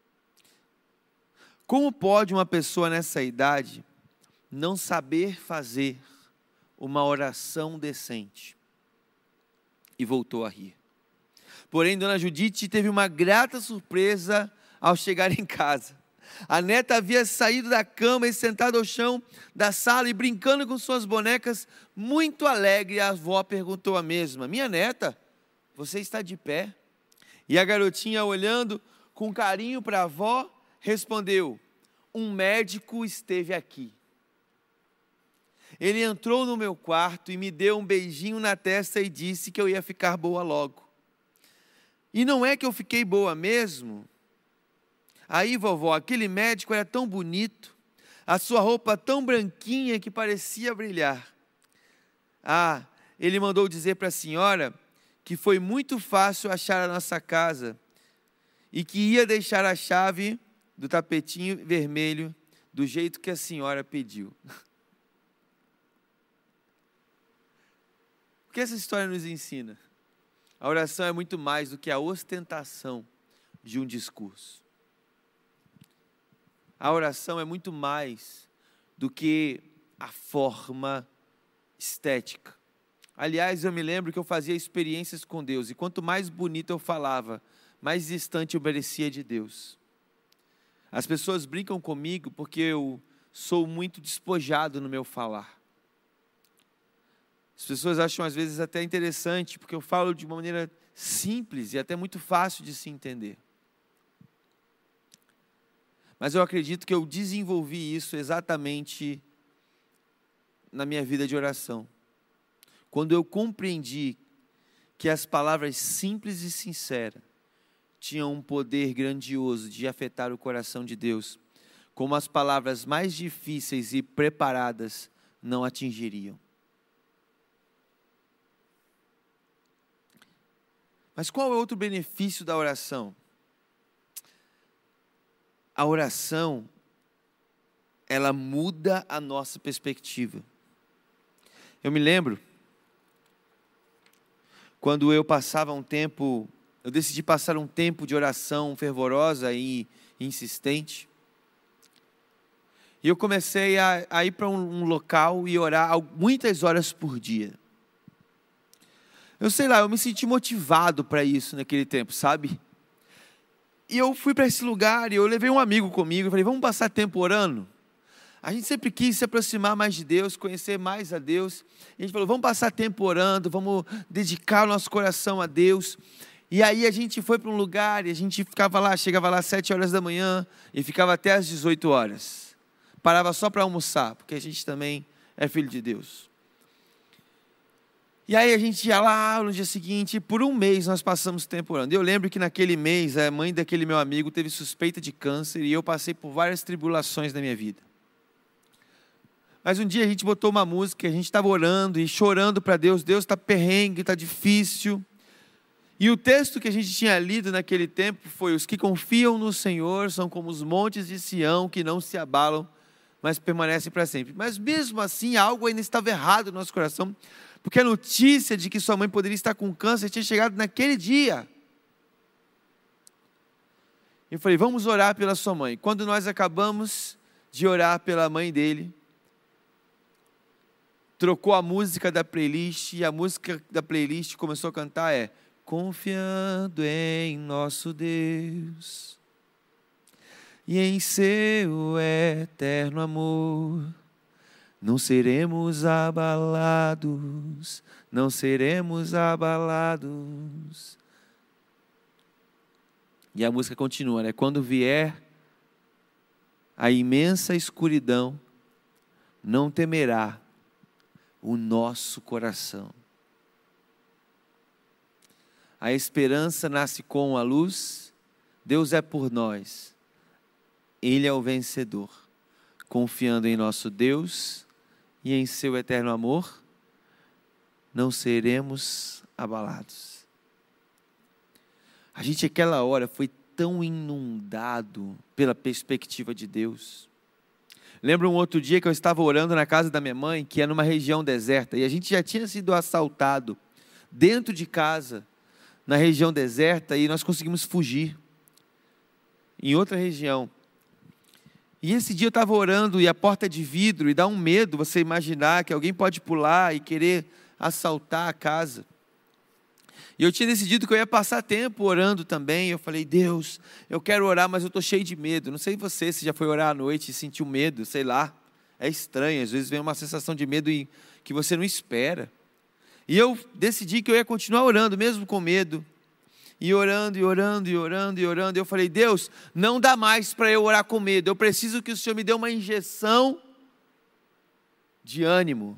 Como pode uma pessoa nessa idade não saber fazer uma oração decente? E voltou a rir. Porém, dona Judite teve uma grata surpresa ao chegar em casa. A neta havia saído da cama e sentado ao chão da sala e brincando com suas bonecas, muito alegre. A avó perguntou a mesma: minha neta, você está de pé? E a garotinha, olhando com carinho para a avó, respondeu: um médico esteve aqui. Ele entrou no meu quarto e me deu um beijinho na testa e disse que eu ia ficar boa logo. E não é que eu fiquei boa mesmo? Aí, vovó, aquele médico era tão bonito, a sua roupa tão branquinha que parecia brilhar. Ah, ele mandou dizer para a senhora que foi muito fácil achar a nossa casa e que ia deixar a chave do tapetinho vermelho do jeito que a senhora pediu. O que essa história nos ensina? A oração é muito mais do que a ostentação de um discurso. A oração é muito mais do que a forma estética. Aliás, eu me lembro que eu fazia experiências com Deus, e quanto mais bonito eu falava, mais distante eu parecia de Deus. As pessoas brincam comigo porque eu sou muito despojado no meu falar. As pessoas acham às vezes até interessante, porque eu falo de uma maneira simples e até muito fácil de se entender. Mas eu acredito que eu desenvolvi isso exatamente na minha vida de oração. Quando eu compreendi que as palavras simples e sinceras tinham um poder grandioso de afetar o coração de Deus, como as palavras mais difíceis e preparadas não atingiriam. Mas qual é outro benefício da oração? A oração, ela muda a nossa perspectiva. Eu me lembro, quando eu passava um tempo, eu decidi passar um tempo de oração fervorosa e insistente, e eu comecei a, a ir para um, um local e orar muitas horas por dia. Eu sei lá, eu me senti motivado para isso naquele tempo, sabe? E eu fui para esse lugar e eu levei um amigo comigo e falei, vamos passar tempo orando? A gente sempre quis se aproximar mais de Deus, conhecer mais a Deus. E a gente falou, vamos passar tempo orando, vamos dedicar o nosso coração a Deus. E aí a gente foi para um lugar e a gente ficava lá, chegava lá às sete horas da manhã e ficava até às dezoito horas. Parava só para almoçar, porque a gente também é filho de Deus. E aí a gente ia lá no dia seguinte, e por um mês nós passamos tempo orando. Eu lembro que naquele mês a mãe daquele meu amigo teve suspeita de câncer e eu passei por várias tribulações na minha vida. Mas um dia a gente botou uma música, a gente estava orando e chorando para Deus, Deus está perrengue, está difícil. E o texto que a gente tinha lido naquele tempo foi: os que confiam no Senhor são como os montes de Sião, que não se abalam, mas permanecem para sempre. Mas mesmo assim, algo ainda estava errado no nosso coração, porque a notícia de que sua mãe poderia estar com câncer tinha chegado naquele dia. Eu falei, vamos orar pela sua mãe. Quando nós acabamos de orar pela mãe dele, trocou a música da playlist, e a música da playlist começou a cantar é: confiando em nosso Deus e em seu eterno amor, não seremos abalados, não seremos abalados. E a música continua, né? Quando vier a imensa escuridão, não temerá o nosso coração. A esperança nasce com a luz, Deus é por nós, Ele é o vencedor. Confiando em nosso Deus e em seu eterno amor, não seremos abalados. A gente, aquela hora, foi tão inundado pela perspectiva de Deus. Lembro um outro dia que eu estava orando na casa da minha mãe, que é numa região deserta, e a gente já tinha sido assaltado dentro de casa, na região deserta, e nós conseguimos fugir em outra região. E esse dia eu estava orando e a porta é de vidro, e dá um medo você imaginar que alguém pode pular e querer assaltar a casa. E eu tinha decidido que eu ia passar tempo orando também. Eu falei, Deus, eu quero orar, mas eu estou cheio de medo. Não sei você, se já foi orar à noite e sentiu medo, sei lá. É estranho, às vezes vem uma sensação de medo que você não espera. E eu decidi que eu ia continuar orando, mesmo com medo. E orando, e orando, e orando, e orando. Eu falei, Deus, não dá mais para eu orar com medo. Eu preciso que o Senhor me dê uma injeção de ânimo.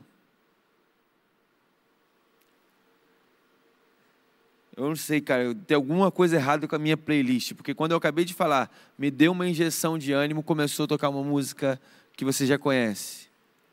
Eu não sei, cara, tem alguma coisa errada com a minha playlist, porque quando eu acabei de falar, me deu uma injeção de ânimo, começou a tocar uma música que você já conhece.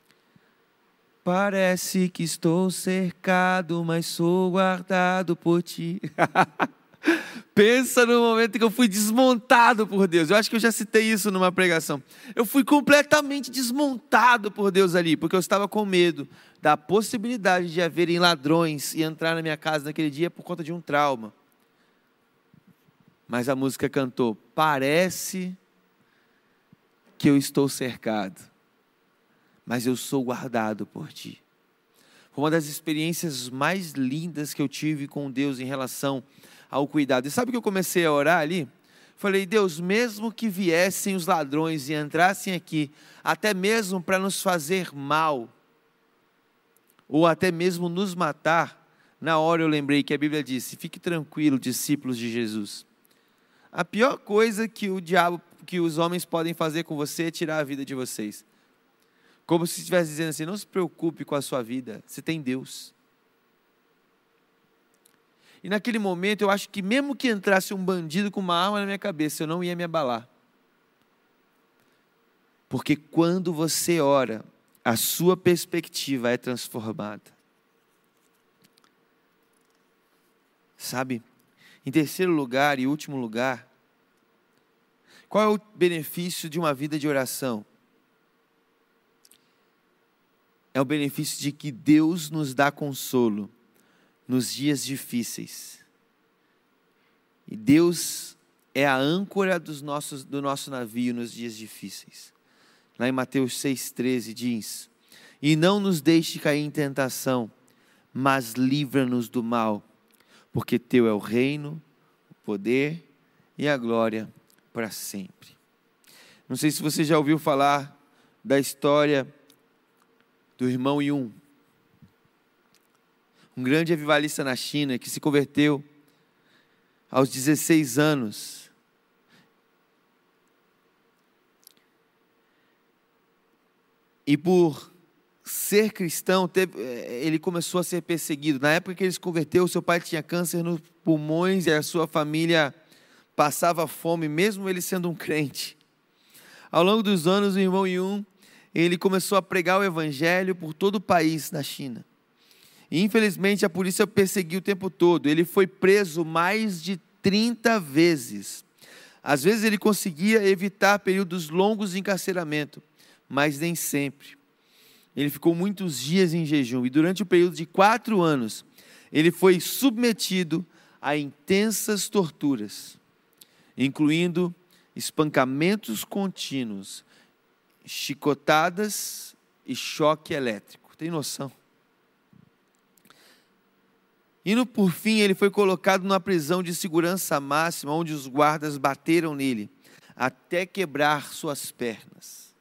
Parece que estou cercado, mas sou guardado por ti. Pensa no momento que eu fui desmontado por Deus. Eu acho que eu já citei isso numa pregação. Eu fui completamente desmontado por Deus ali, porque eu estava com medo da possibilidade de haverem ladrões e entrar na minha casa naquele dia por conta de um trauma. Mas a música cantou, parece que eu estou cercado, mas eu sou guardado por ti. Foi uma das experiências mais lindas que eu tive com Deus em relação ao cuidado. E sabe que eu comecei a orar ali? Falei, Deus, mesmo que viessem os ladrões e entrassem aqui, até mesmo para nos fazer mal, ou até mesmo nos matar, na hora eu lembrei que a Bíblia disse, fique tranquilo, discípulos de Jesus. A pior coisa que o diabo que os homens podem fazer com você é tirar a vida de vocês. Como se estivesse dizendo assim, não se preocupe com a sua vida, você tem Deus. E naquele momento eu acho que mesmo que entrasse um bandido com uma arma na minha cabeça, eu não ia me abalar. Porque quando você ora, a sua perspectiva é transformada. Sabe? Em terceiro lugar e último lugar, qual é o benefício de uma vida de oração? É o benefício de que Deus nos dá consolo nos dias difíceis. E Deus é a âncora dos nossos, do nosso navio nos dias difíceis. Lá em Mateus seis, treze diz: e não nos deixe cair em tentação, mas livra-nos do mal, porque teu é o reino, o poder e a glória para sempre. Não sei se você já ouviu falar da história do irmão Yun, um grande avivalista na China que se converteu aos dezesseis anos. E por ser cristão, teve, ele começou a ser perseguido. Na época que ele se converteu, seu pai tinha câncer nos pulmões e a sua família passava fome, mesmo ele sendo um crente. Ao longo dos anos, o irmão Yun, ele começou a pregar o evangelho por todo o país da China. E, infelizmente, a polícia o perseguiu o tempo todo. Ele foi preso mais de trinta vezes. Às vezes ele conseguia evitar períodos longos de encarceramento, mas nem sempre. Ele ficou muitos dias em jejum. E durante o período de quatro anos, ele foi submetido a intensas torturas, incluindo espancamentos contínuos, chicotadas e choque elétrico. Tem noção? E no, por fim, ele foi colocado numa prisão de segurança máxima, onde os guardas bateram nele, até quebrar suas pernas.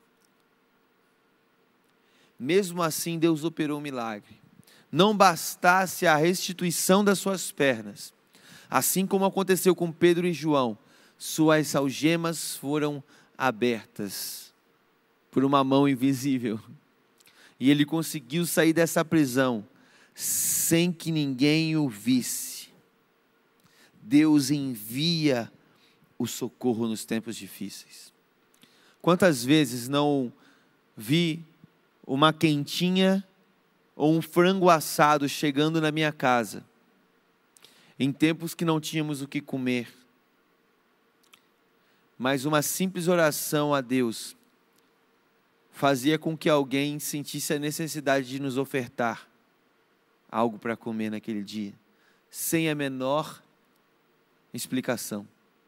Mesmo assim, Deus operou um milagre. Não bastasse a restituição das suas pernas, assim como aconteceu com Pedro e João, suas algemas foram abertas por uma mão invisível. E ele conseguiu sair dessa prisão sem que ninguém o visse. Deus envia o socorro nos tempos difíceis. Quantas vezes não vi uma quentinha ou um frango assado chegando na minha casa, em tempos que não tínhamos o que comer, mas uma simples oração a Deus fazia com que alguém sentisse a necessidade de nos ofertar algo para comer naquele dia, sem a menor explicação.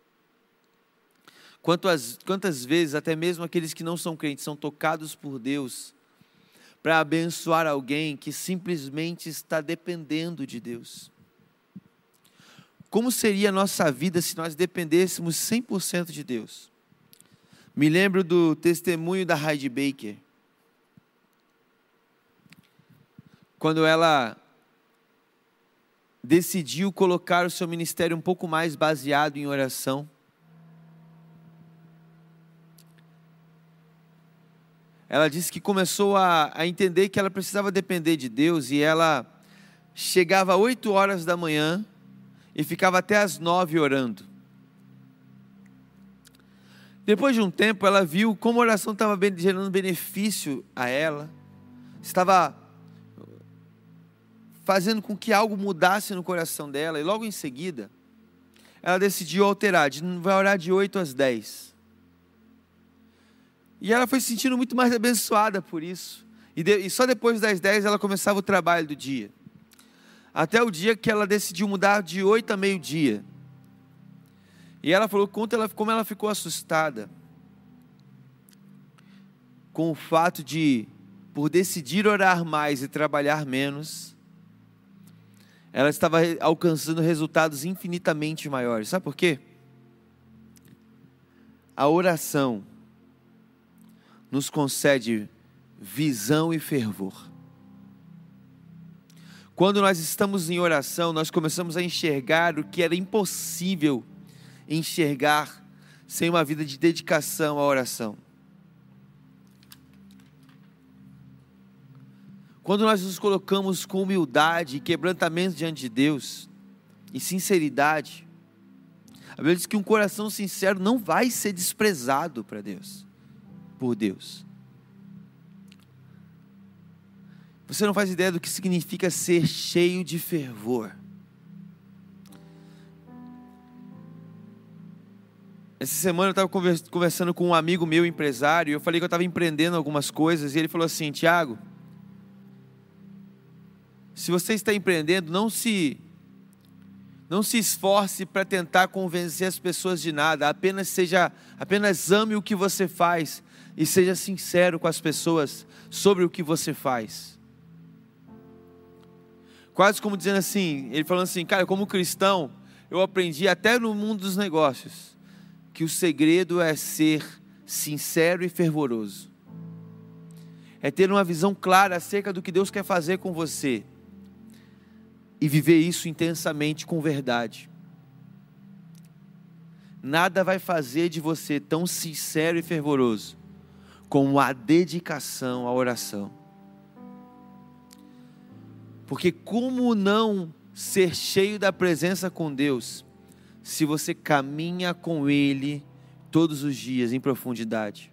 Quantas, quantas vezes, até mesmo aqueles que não são crentes, são tocados por Deus para abençoar alguém que simplesmente está dependendo de Deus. Como seria a nossa vida se nós dependêssemos cem por cento de Deus? Me lembro do testemunho da Heidi Baker, quando ela decidiu colocar o seu ministério um pouco mais baseado em oração. Ela disse que começou a, a entender que ela precisava depender de Deus, e ela chegava às oito horas da manhã e ficava até às nove orando. Depois de um tempo, ela viu como a oração estava gerando benefício a ela, estava fazendo com que algo mudasse no coração dela, e logo em seguida, ela decidiu alterar, de, vai orar de oito às dez. E ela foi se sentindo muito mais abençoada por isso. E, de, e só depois das dez ela começava o trabalho do dia. Até o dia que ela decidiu mudar de oito a meio-dia. E ela falou quanto ela, como ela ficou assustada com o fato de, por decidir orar mais e trabalhar menos, ela estava alcançando resultados infinitamente maiores. Sabe por quê? A oração nos concede visão e fervor. Quando nós estamos em oração, nós começamos a enxergar o que era impossível enxergar sem uma vida de dedicação à oração. Quando nós nos colocamos com humildade e quebrantamento diante de Deus, e sinceridade, a Bíblia diz que um coração sincero não vai ser desprezado para Deus, por Deus. Você não faz ideia do que significa ser cheio de fervor. Essa semana eu estava conversando com um amigo meu, empresário, e eu falei que eu estava empreendendo algumas coisas, e ele falou assim: Tiago, se você está empreendendo, não se, não se esforce para tentar convencer as pessoas de nada, apenas, seja, apenas ame o que você faz, e seja sincero com as pessoas sobre o que você faz. Quase como dizendo assim, ele falando assim: cara, como cristão, eu aprendi até no mundo dos negócios, que o segredo é ser sincero e fervoroso. É ter uma visão clara acerca do que Deus quer fazer com você. E viver isso intensamente com verdade. Nada vai fazer de você tão sincero e fervoroso como a dedicação à oração. Porque como não ser cheio da presença com Deus, se você caminha com Ele todos os dias em profundidade?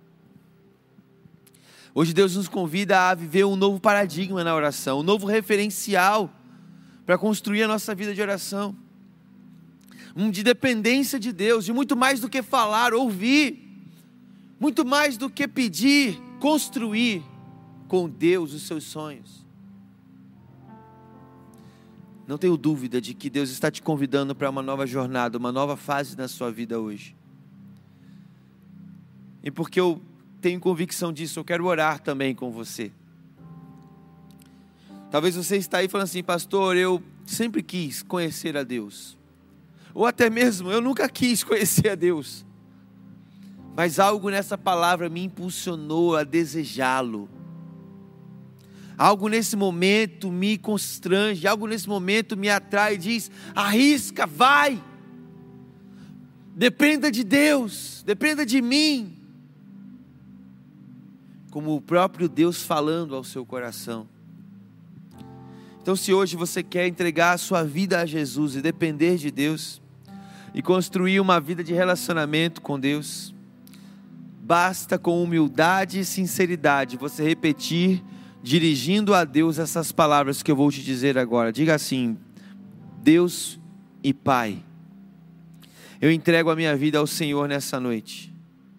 Hoje Deus nos convida a viver um novo paradigma na oração, um novo referencial para construir a nossa vida de oração, um de dependência de Deus, de muito mais do que falar, ouvir, muito mais do que pedir, construir com Deus os seus sonhos. Não tenho dúvida de que Deus está te convidando para uma nova jornada, uma nova fase na sua vida hoje. E porque eu tenho convicção disso, eu quero orar também com você. Talvez você está aí falando assim: pastor, eu sempre quis conhecer a Deus. Ou até mesmo, eu nunca quis conhecer a Deus. Mas algo nessa palavra me impulsionou a desejá-lo. Algo nesse momento me constrange, algo nesse momento me atrai e diz: arrisca, vai. Dependa de Deus, dependa de mim. Como o próprio Deus falando ao seu coração. Então, se hoje você quer entregar a sua vida a Jesus e depender de Deus, e construir uma vida de relacionamento com Deus, basta com humildade e sinceridade você repetir, dirigindo a Deus, essas palavras que eu vou te dizer agora. Diga assim: Deus e Pai, eu entrego a minha vida ao Senhor nessa noite.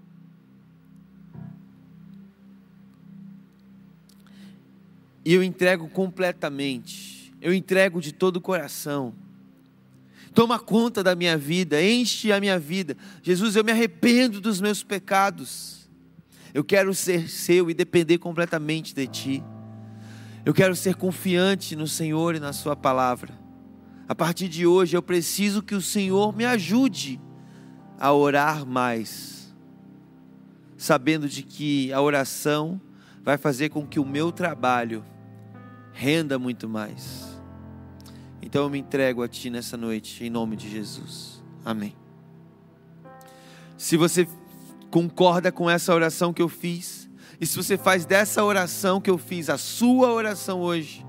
E eu entrego completamente, eu entrego de todo o coração. Toma conta da minha vida, enche a minha vida. Jesus, eu me arrependo dos meus pecados. Eu quero ser seu e depender completamente de Ti. Eu quero ser confiante no Senhor e na Sua palavra. A partir de hoje eu preciso que o Senhor me ajude a orar mais, sabendo de que a oração vai fazer com que o meu trabalho renda muito mais. Então eu me entrego a Ti nessa noite, em nome de Jesus. Amém. Se você concorda com essa oração que eu fiz, e se você faz dessa oração que eu fiz a sua oração hoje,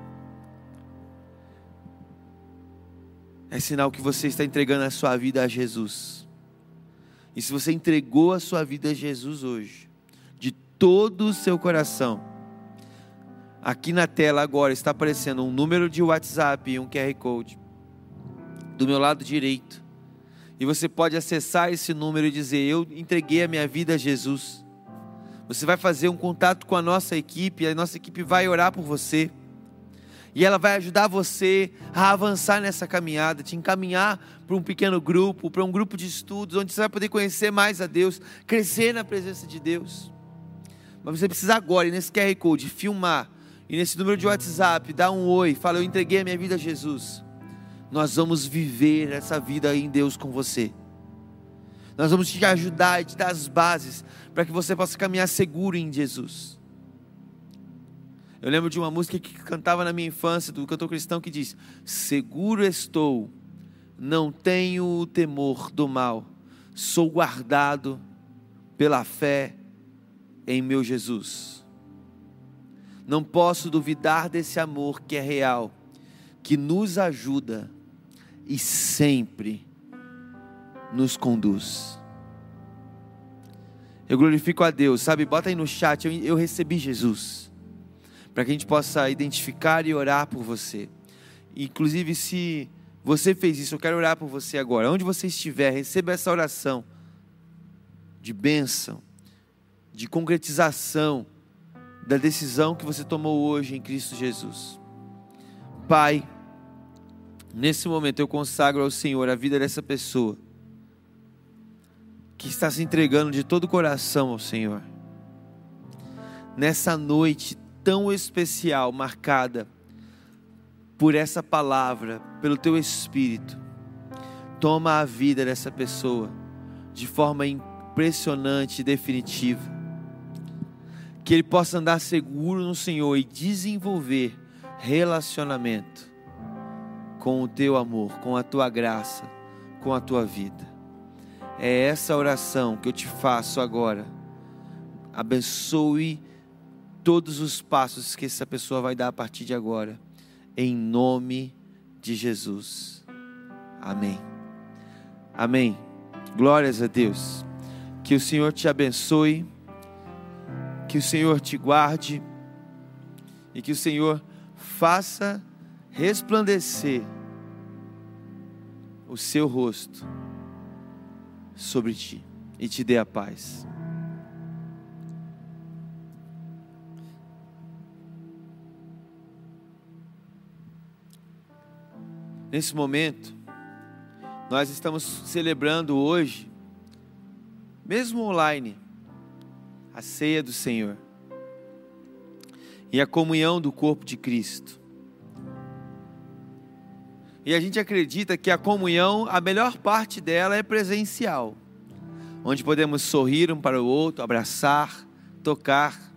é sinal que você está entregando a sua vida a Jesus. E se você entregou a sua vida a Jesus hoje, de todo o seu coração, aqui na tela agora está aparecendo um número de WhatsApp e um Q R Code do meu lado direito. E você pode acessar esse número e dizer: eu entreguei a minha vida a Jesus. Você vai fazer um contato com a nossa equipe, a nossa equipe vai orar por você. E ela vai ajudar você a avançar nessa caminhada, te encaminhar para um pequeno grupo, para um grupo de estudos, onde você vai poder conhecer mais a Deus, crescer na presença de Deus. Mas você precisa agora, nesse Q R Code, filmar, e nesse número de WhatsApp, dar um oi, fala: eu entreguei a minha vida a Jesus. Nós vamos viver essa vida em Deus com você. Nós vamos te ajudar e te dar as bases para que você possa caminhar seguro em Jesus. Eu lembro de uma música que cantava na minha infância, do cantor cristão, que diz: seguro estou, não tenho o temor do mal, sou guardado pela fé em meu Jesus. Não posso duvidar desse amor que é real, que nos ajuda e sempre nos conduz. Eu glorifico a Deus, sabe? Bota aí no chat, eu, eu recebi Jesus, para que a gente possa identificar e orar por você. Inclusive, se você fez isso, eu quero orar por você agora. Onde você estiver, receba essa oração de bênção, de concretização da decisão que você tomou hoje em Cristo Jesus. Pai, nesse momento eu consagro ao Senhor a vida dessa pessoa que está se entregando de todo o coração ao Senhor. Nessa noite tão especial, marcada por essa palavra, pelo Teu Espírito, toma a vida dessa pessoa de forma impressionante e definitiva. Que ele possa andar seguro no Senhor e desenvolver relacionamento com o Teu amor, com a Tua graça, com a Tua vida. É essa oração que eu te faço agora. Abençoe todos os passos que essa pessoa vai dar a partir de agora, em nome de Jesus. Amém. Amém. Glórias a Deus. Que o Senhor te abençoe, que o Senhor te guarde e que o Senhor faça resplandecer o seu rosto sobre ti e te dê a paz. Nesse momento, nós estamos celebrando hoje, mesmo online, a ceia do Senhor e a comunhão do corpo de Cristo. E a gente acredita que a comunhão, a melhor parte dela é presencial, onde podemos sorrir um para o outro, abraçar, tocar.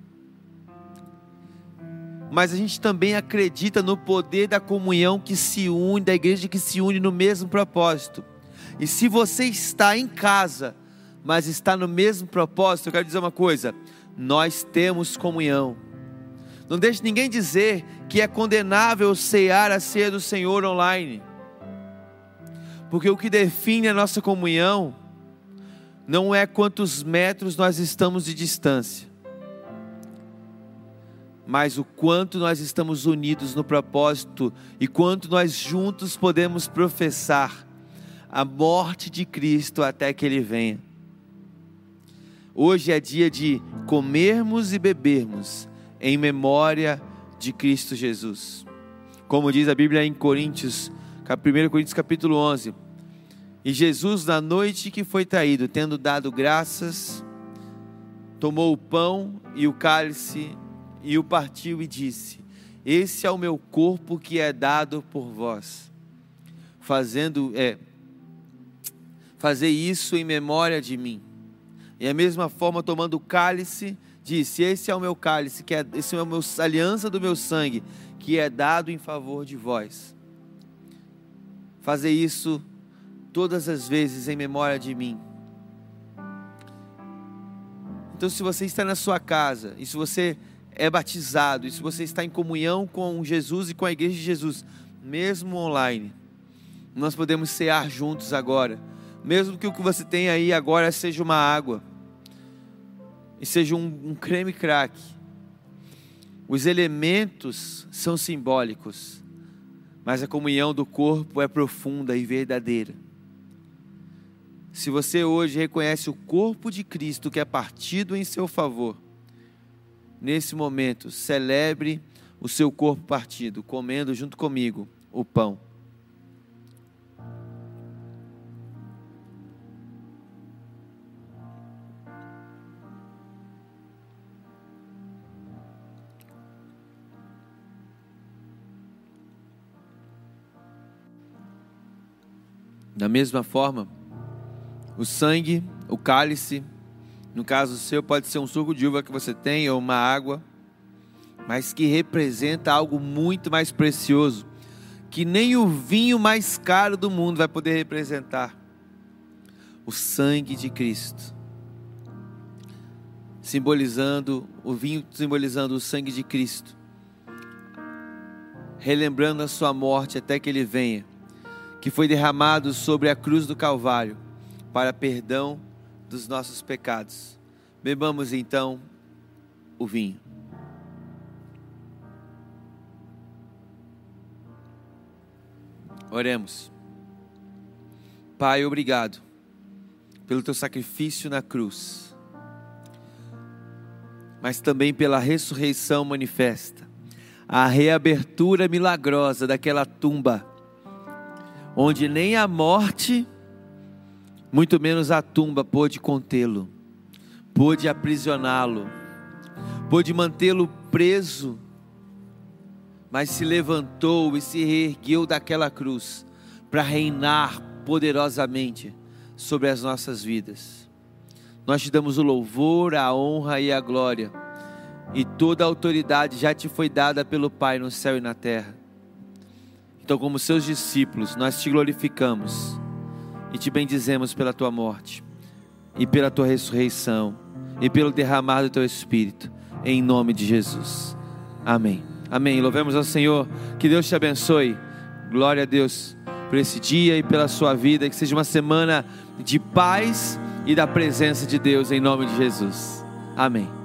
Mas a gente também acredita no poder da comunhão que se une, da igreja que se une no mesmo propósito. E se você está em casa, mas está no mesmo propósito, eu quero dizer uma coisa: nós temos comunhão. Não deixe ninguém dizer que é condenável cear a ceia do Senhor online, porque o que define a nossa comunhão não é quantos metros nós estamos de distância, mas o quanto nós estamos unidos no propósito e quanto nós juntos podemos professar a morte de Cristo até que Ele venha. Hoje é dia de comermos e bebermos em memória de Cristo Jesus. Como diz a Bíblia em Coríntios, primeira Coríntios capítulo onze. E Jesus, na noite que foi traído, tendo dado graças, tomou o pão e o cálice e o partiu e disse: esse é o meu corpo que é dado por vós. Fazendo, é, fazer isso em memória de mim. E a mesma forma, tomando o cálice, disse: esse é o meu cálice, que é, esse é a meu, aliança do meu sangue, que é dado em favor de vós. Fazer isso todas as vezes em memória de mim. Então, se você está na sua casa, e se você é batizado, e se você está em comunhão com Jesus e com a igreja de Jesus, mesmo online, nós podemos cear juntos agora, mesmo que o que você tem aí agora seja uma água, e seja um, um creme crack. Os elementos são simbólicos, mas a comunhão do corpo é profunda e verdadeira. Se você hoje reconhece o corpo de Cristo que é partido em seu favor, nesse momento, celebre o seu corpo partido, comendo junto comigo o pão. Da mesma forma, o sangue, o cálice, no caso seu pode ser um suco de uva que você tem ou uma água, mas que representa algo muito mais precioso, que nem o vinho mais caro do mundo vai poder representar. o sangue de Cristo, simbolizando o vinho, simbolizando o sangue de Cristo, relembrando a sua morte até que ele venha, que foi derramado sobre a cruz do Calvário para perdão dos nossos pecados. Bebamos então o vinho. Oremos. Pai, obrigado pelo teu sacrifício na cruz, mas também pela ressurreição manifesta, a reabertura milagrosa daquela tumba, onde nem a morte, muito menos a tumba, pôde contê-lo, pôde aprisioná-lo, pôde mantê-lo preso, mas se levantou e se reergueu daquela cruz para reinar poderosamente sobre as nossas vidas. Nós te damos o louvor, a honra e a glória, e toda a autoridade já te foi dada pelo Pai no céu e na terra. Então, como seus discípulos, nós te glorificamos e te bendizemos pela tua morte e pela tua ressurreição e pelo derramar do teu Espírito, em nome de Jesus. Amém. Amém. Louvemos ao Senhor. Que Deus te abençoe. Glória a Deus por esse dia e pela sua vida. Que seja uma semana de paz e da presença de Deus, em nome de Jesus. Amém.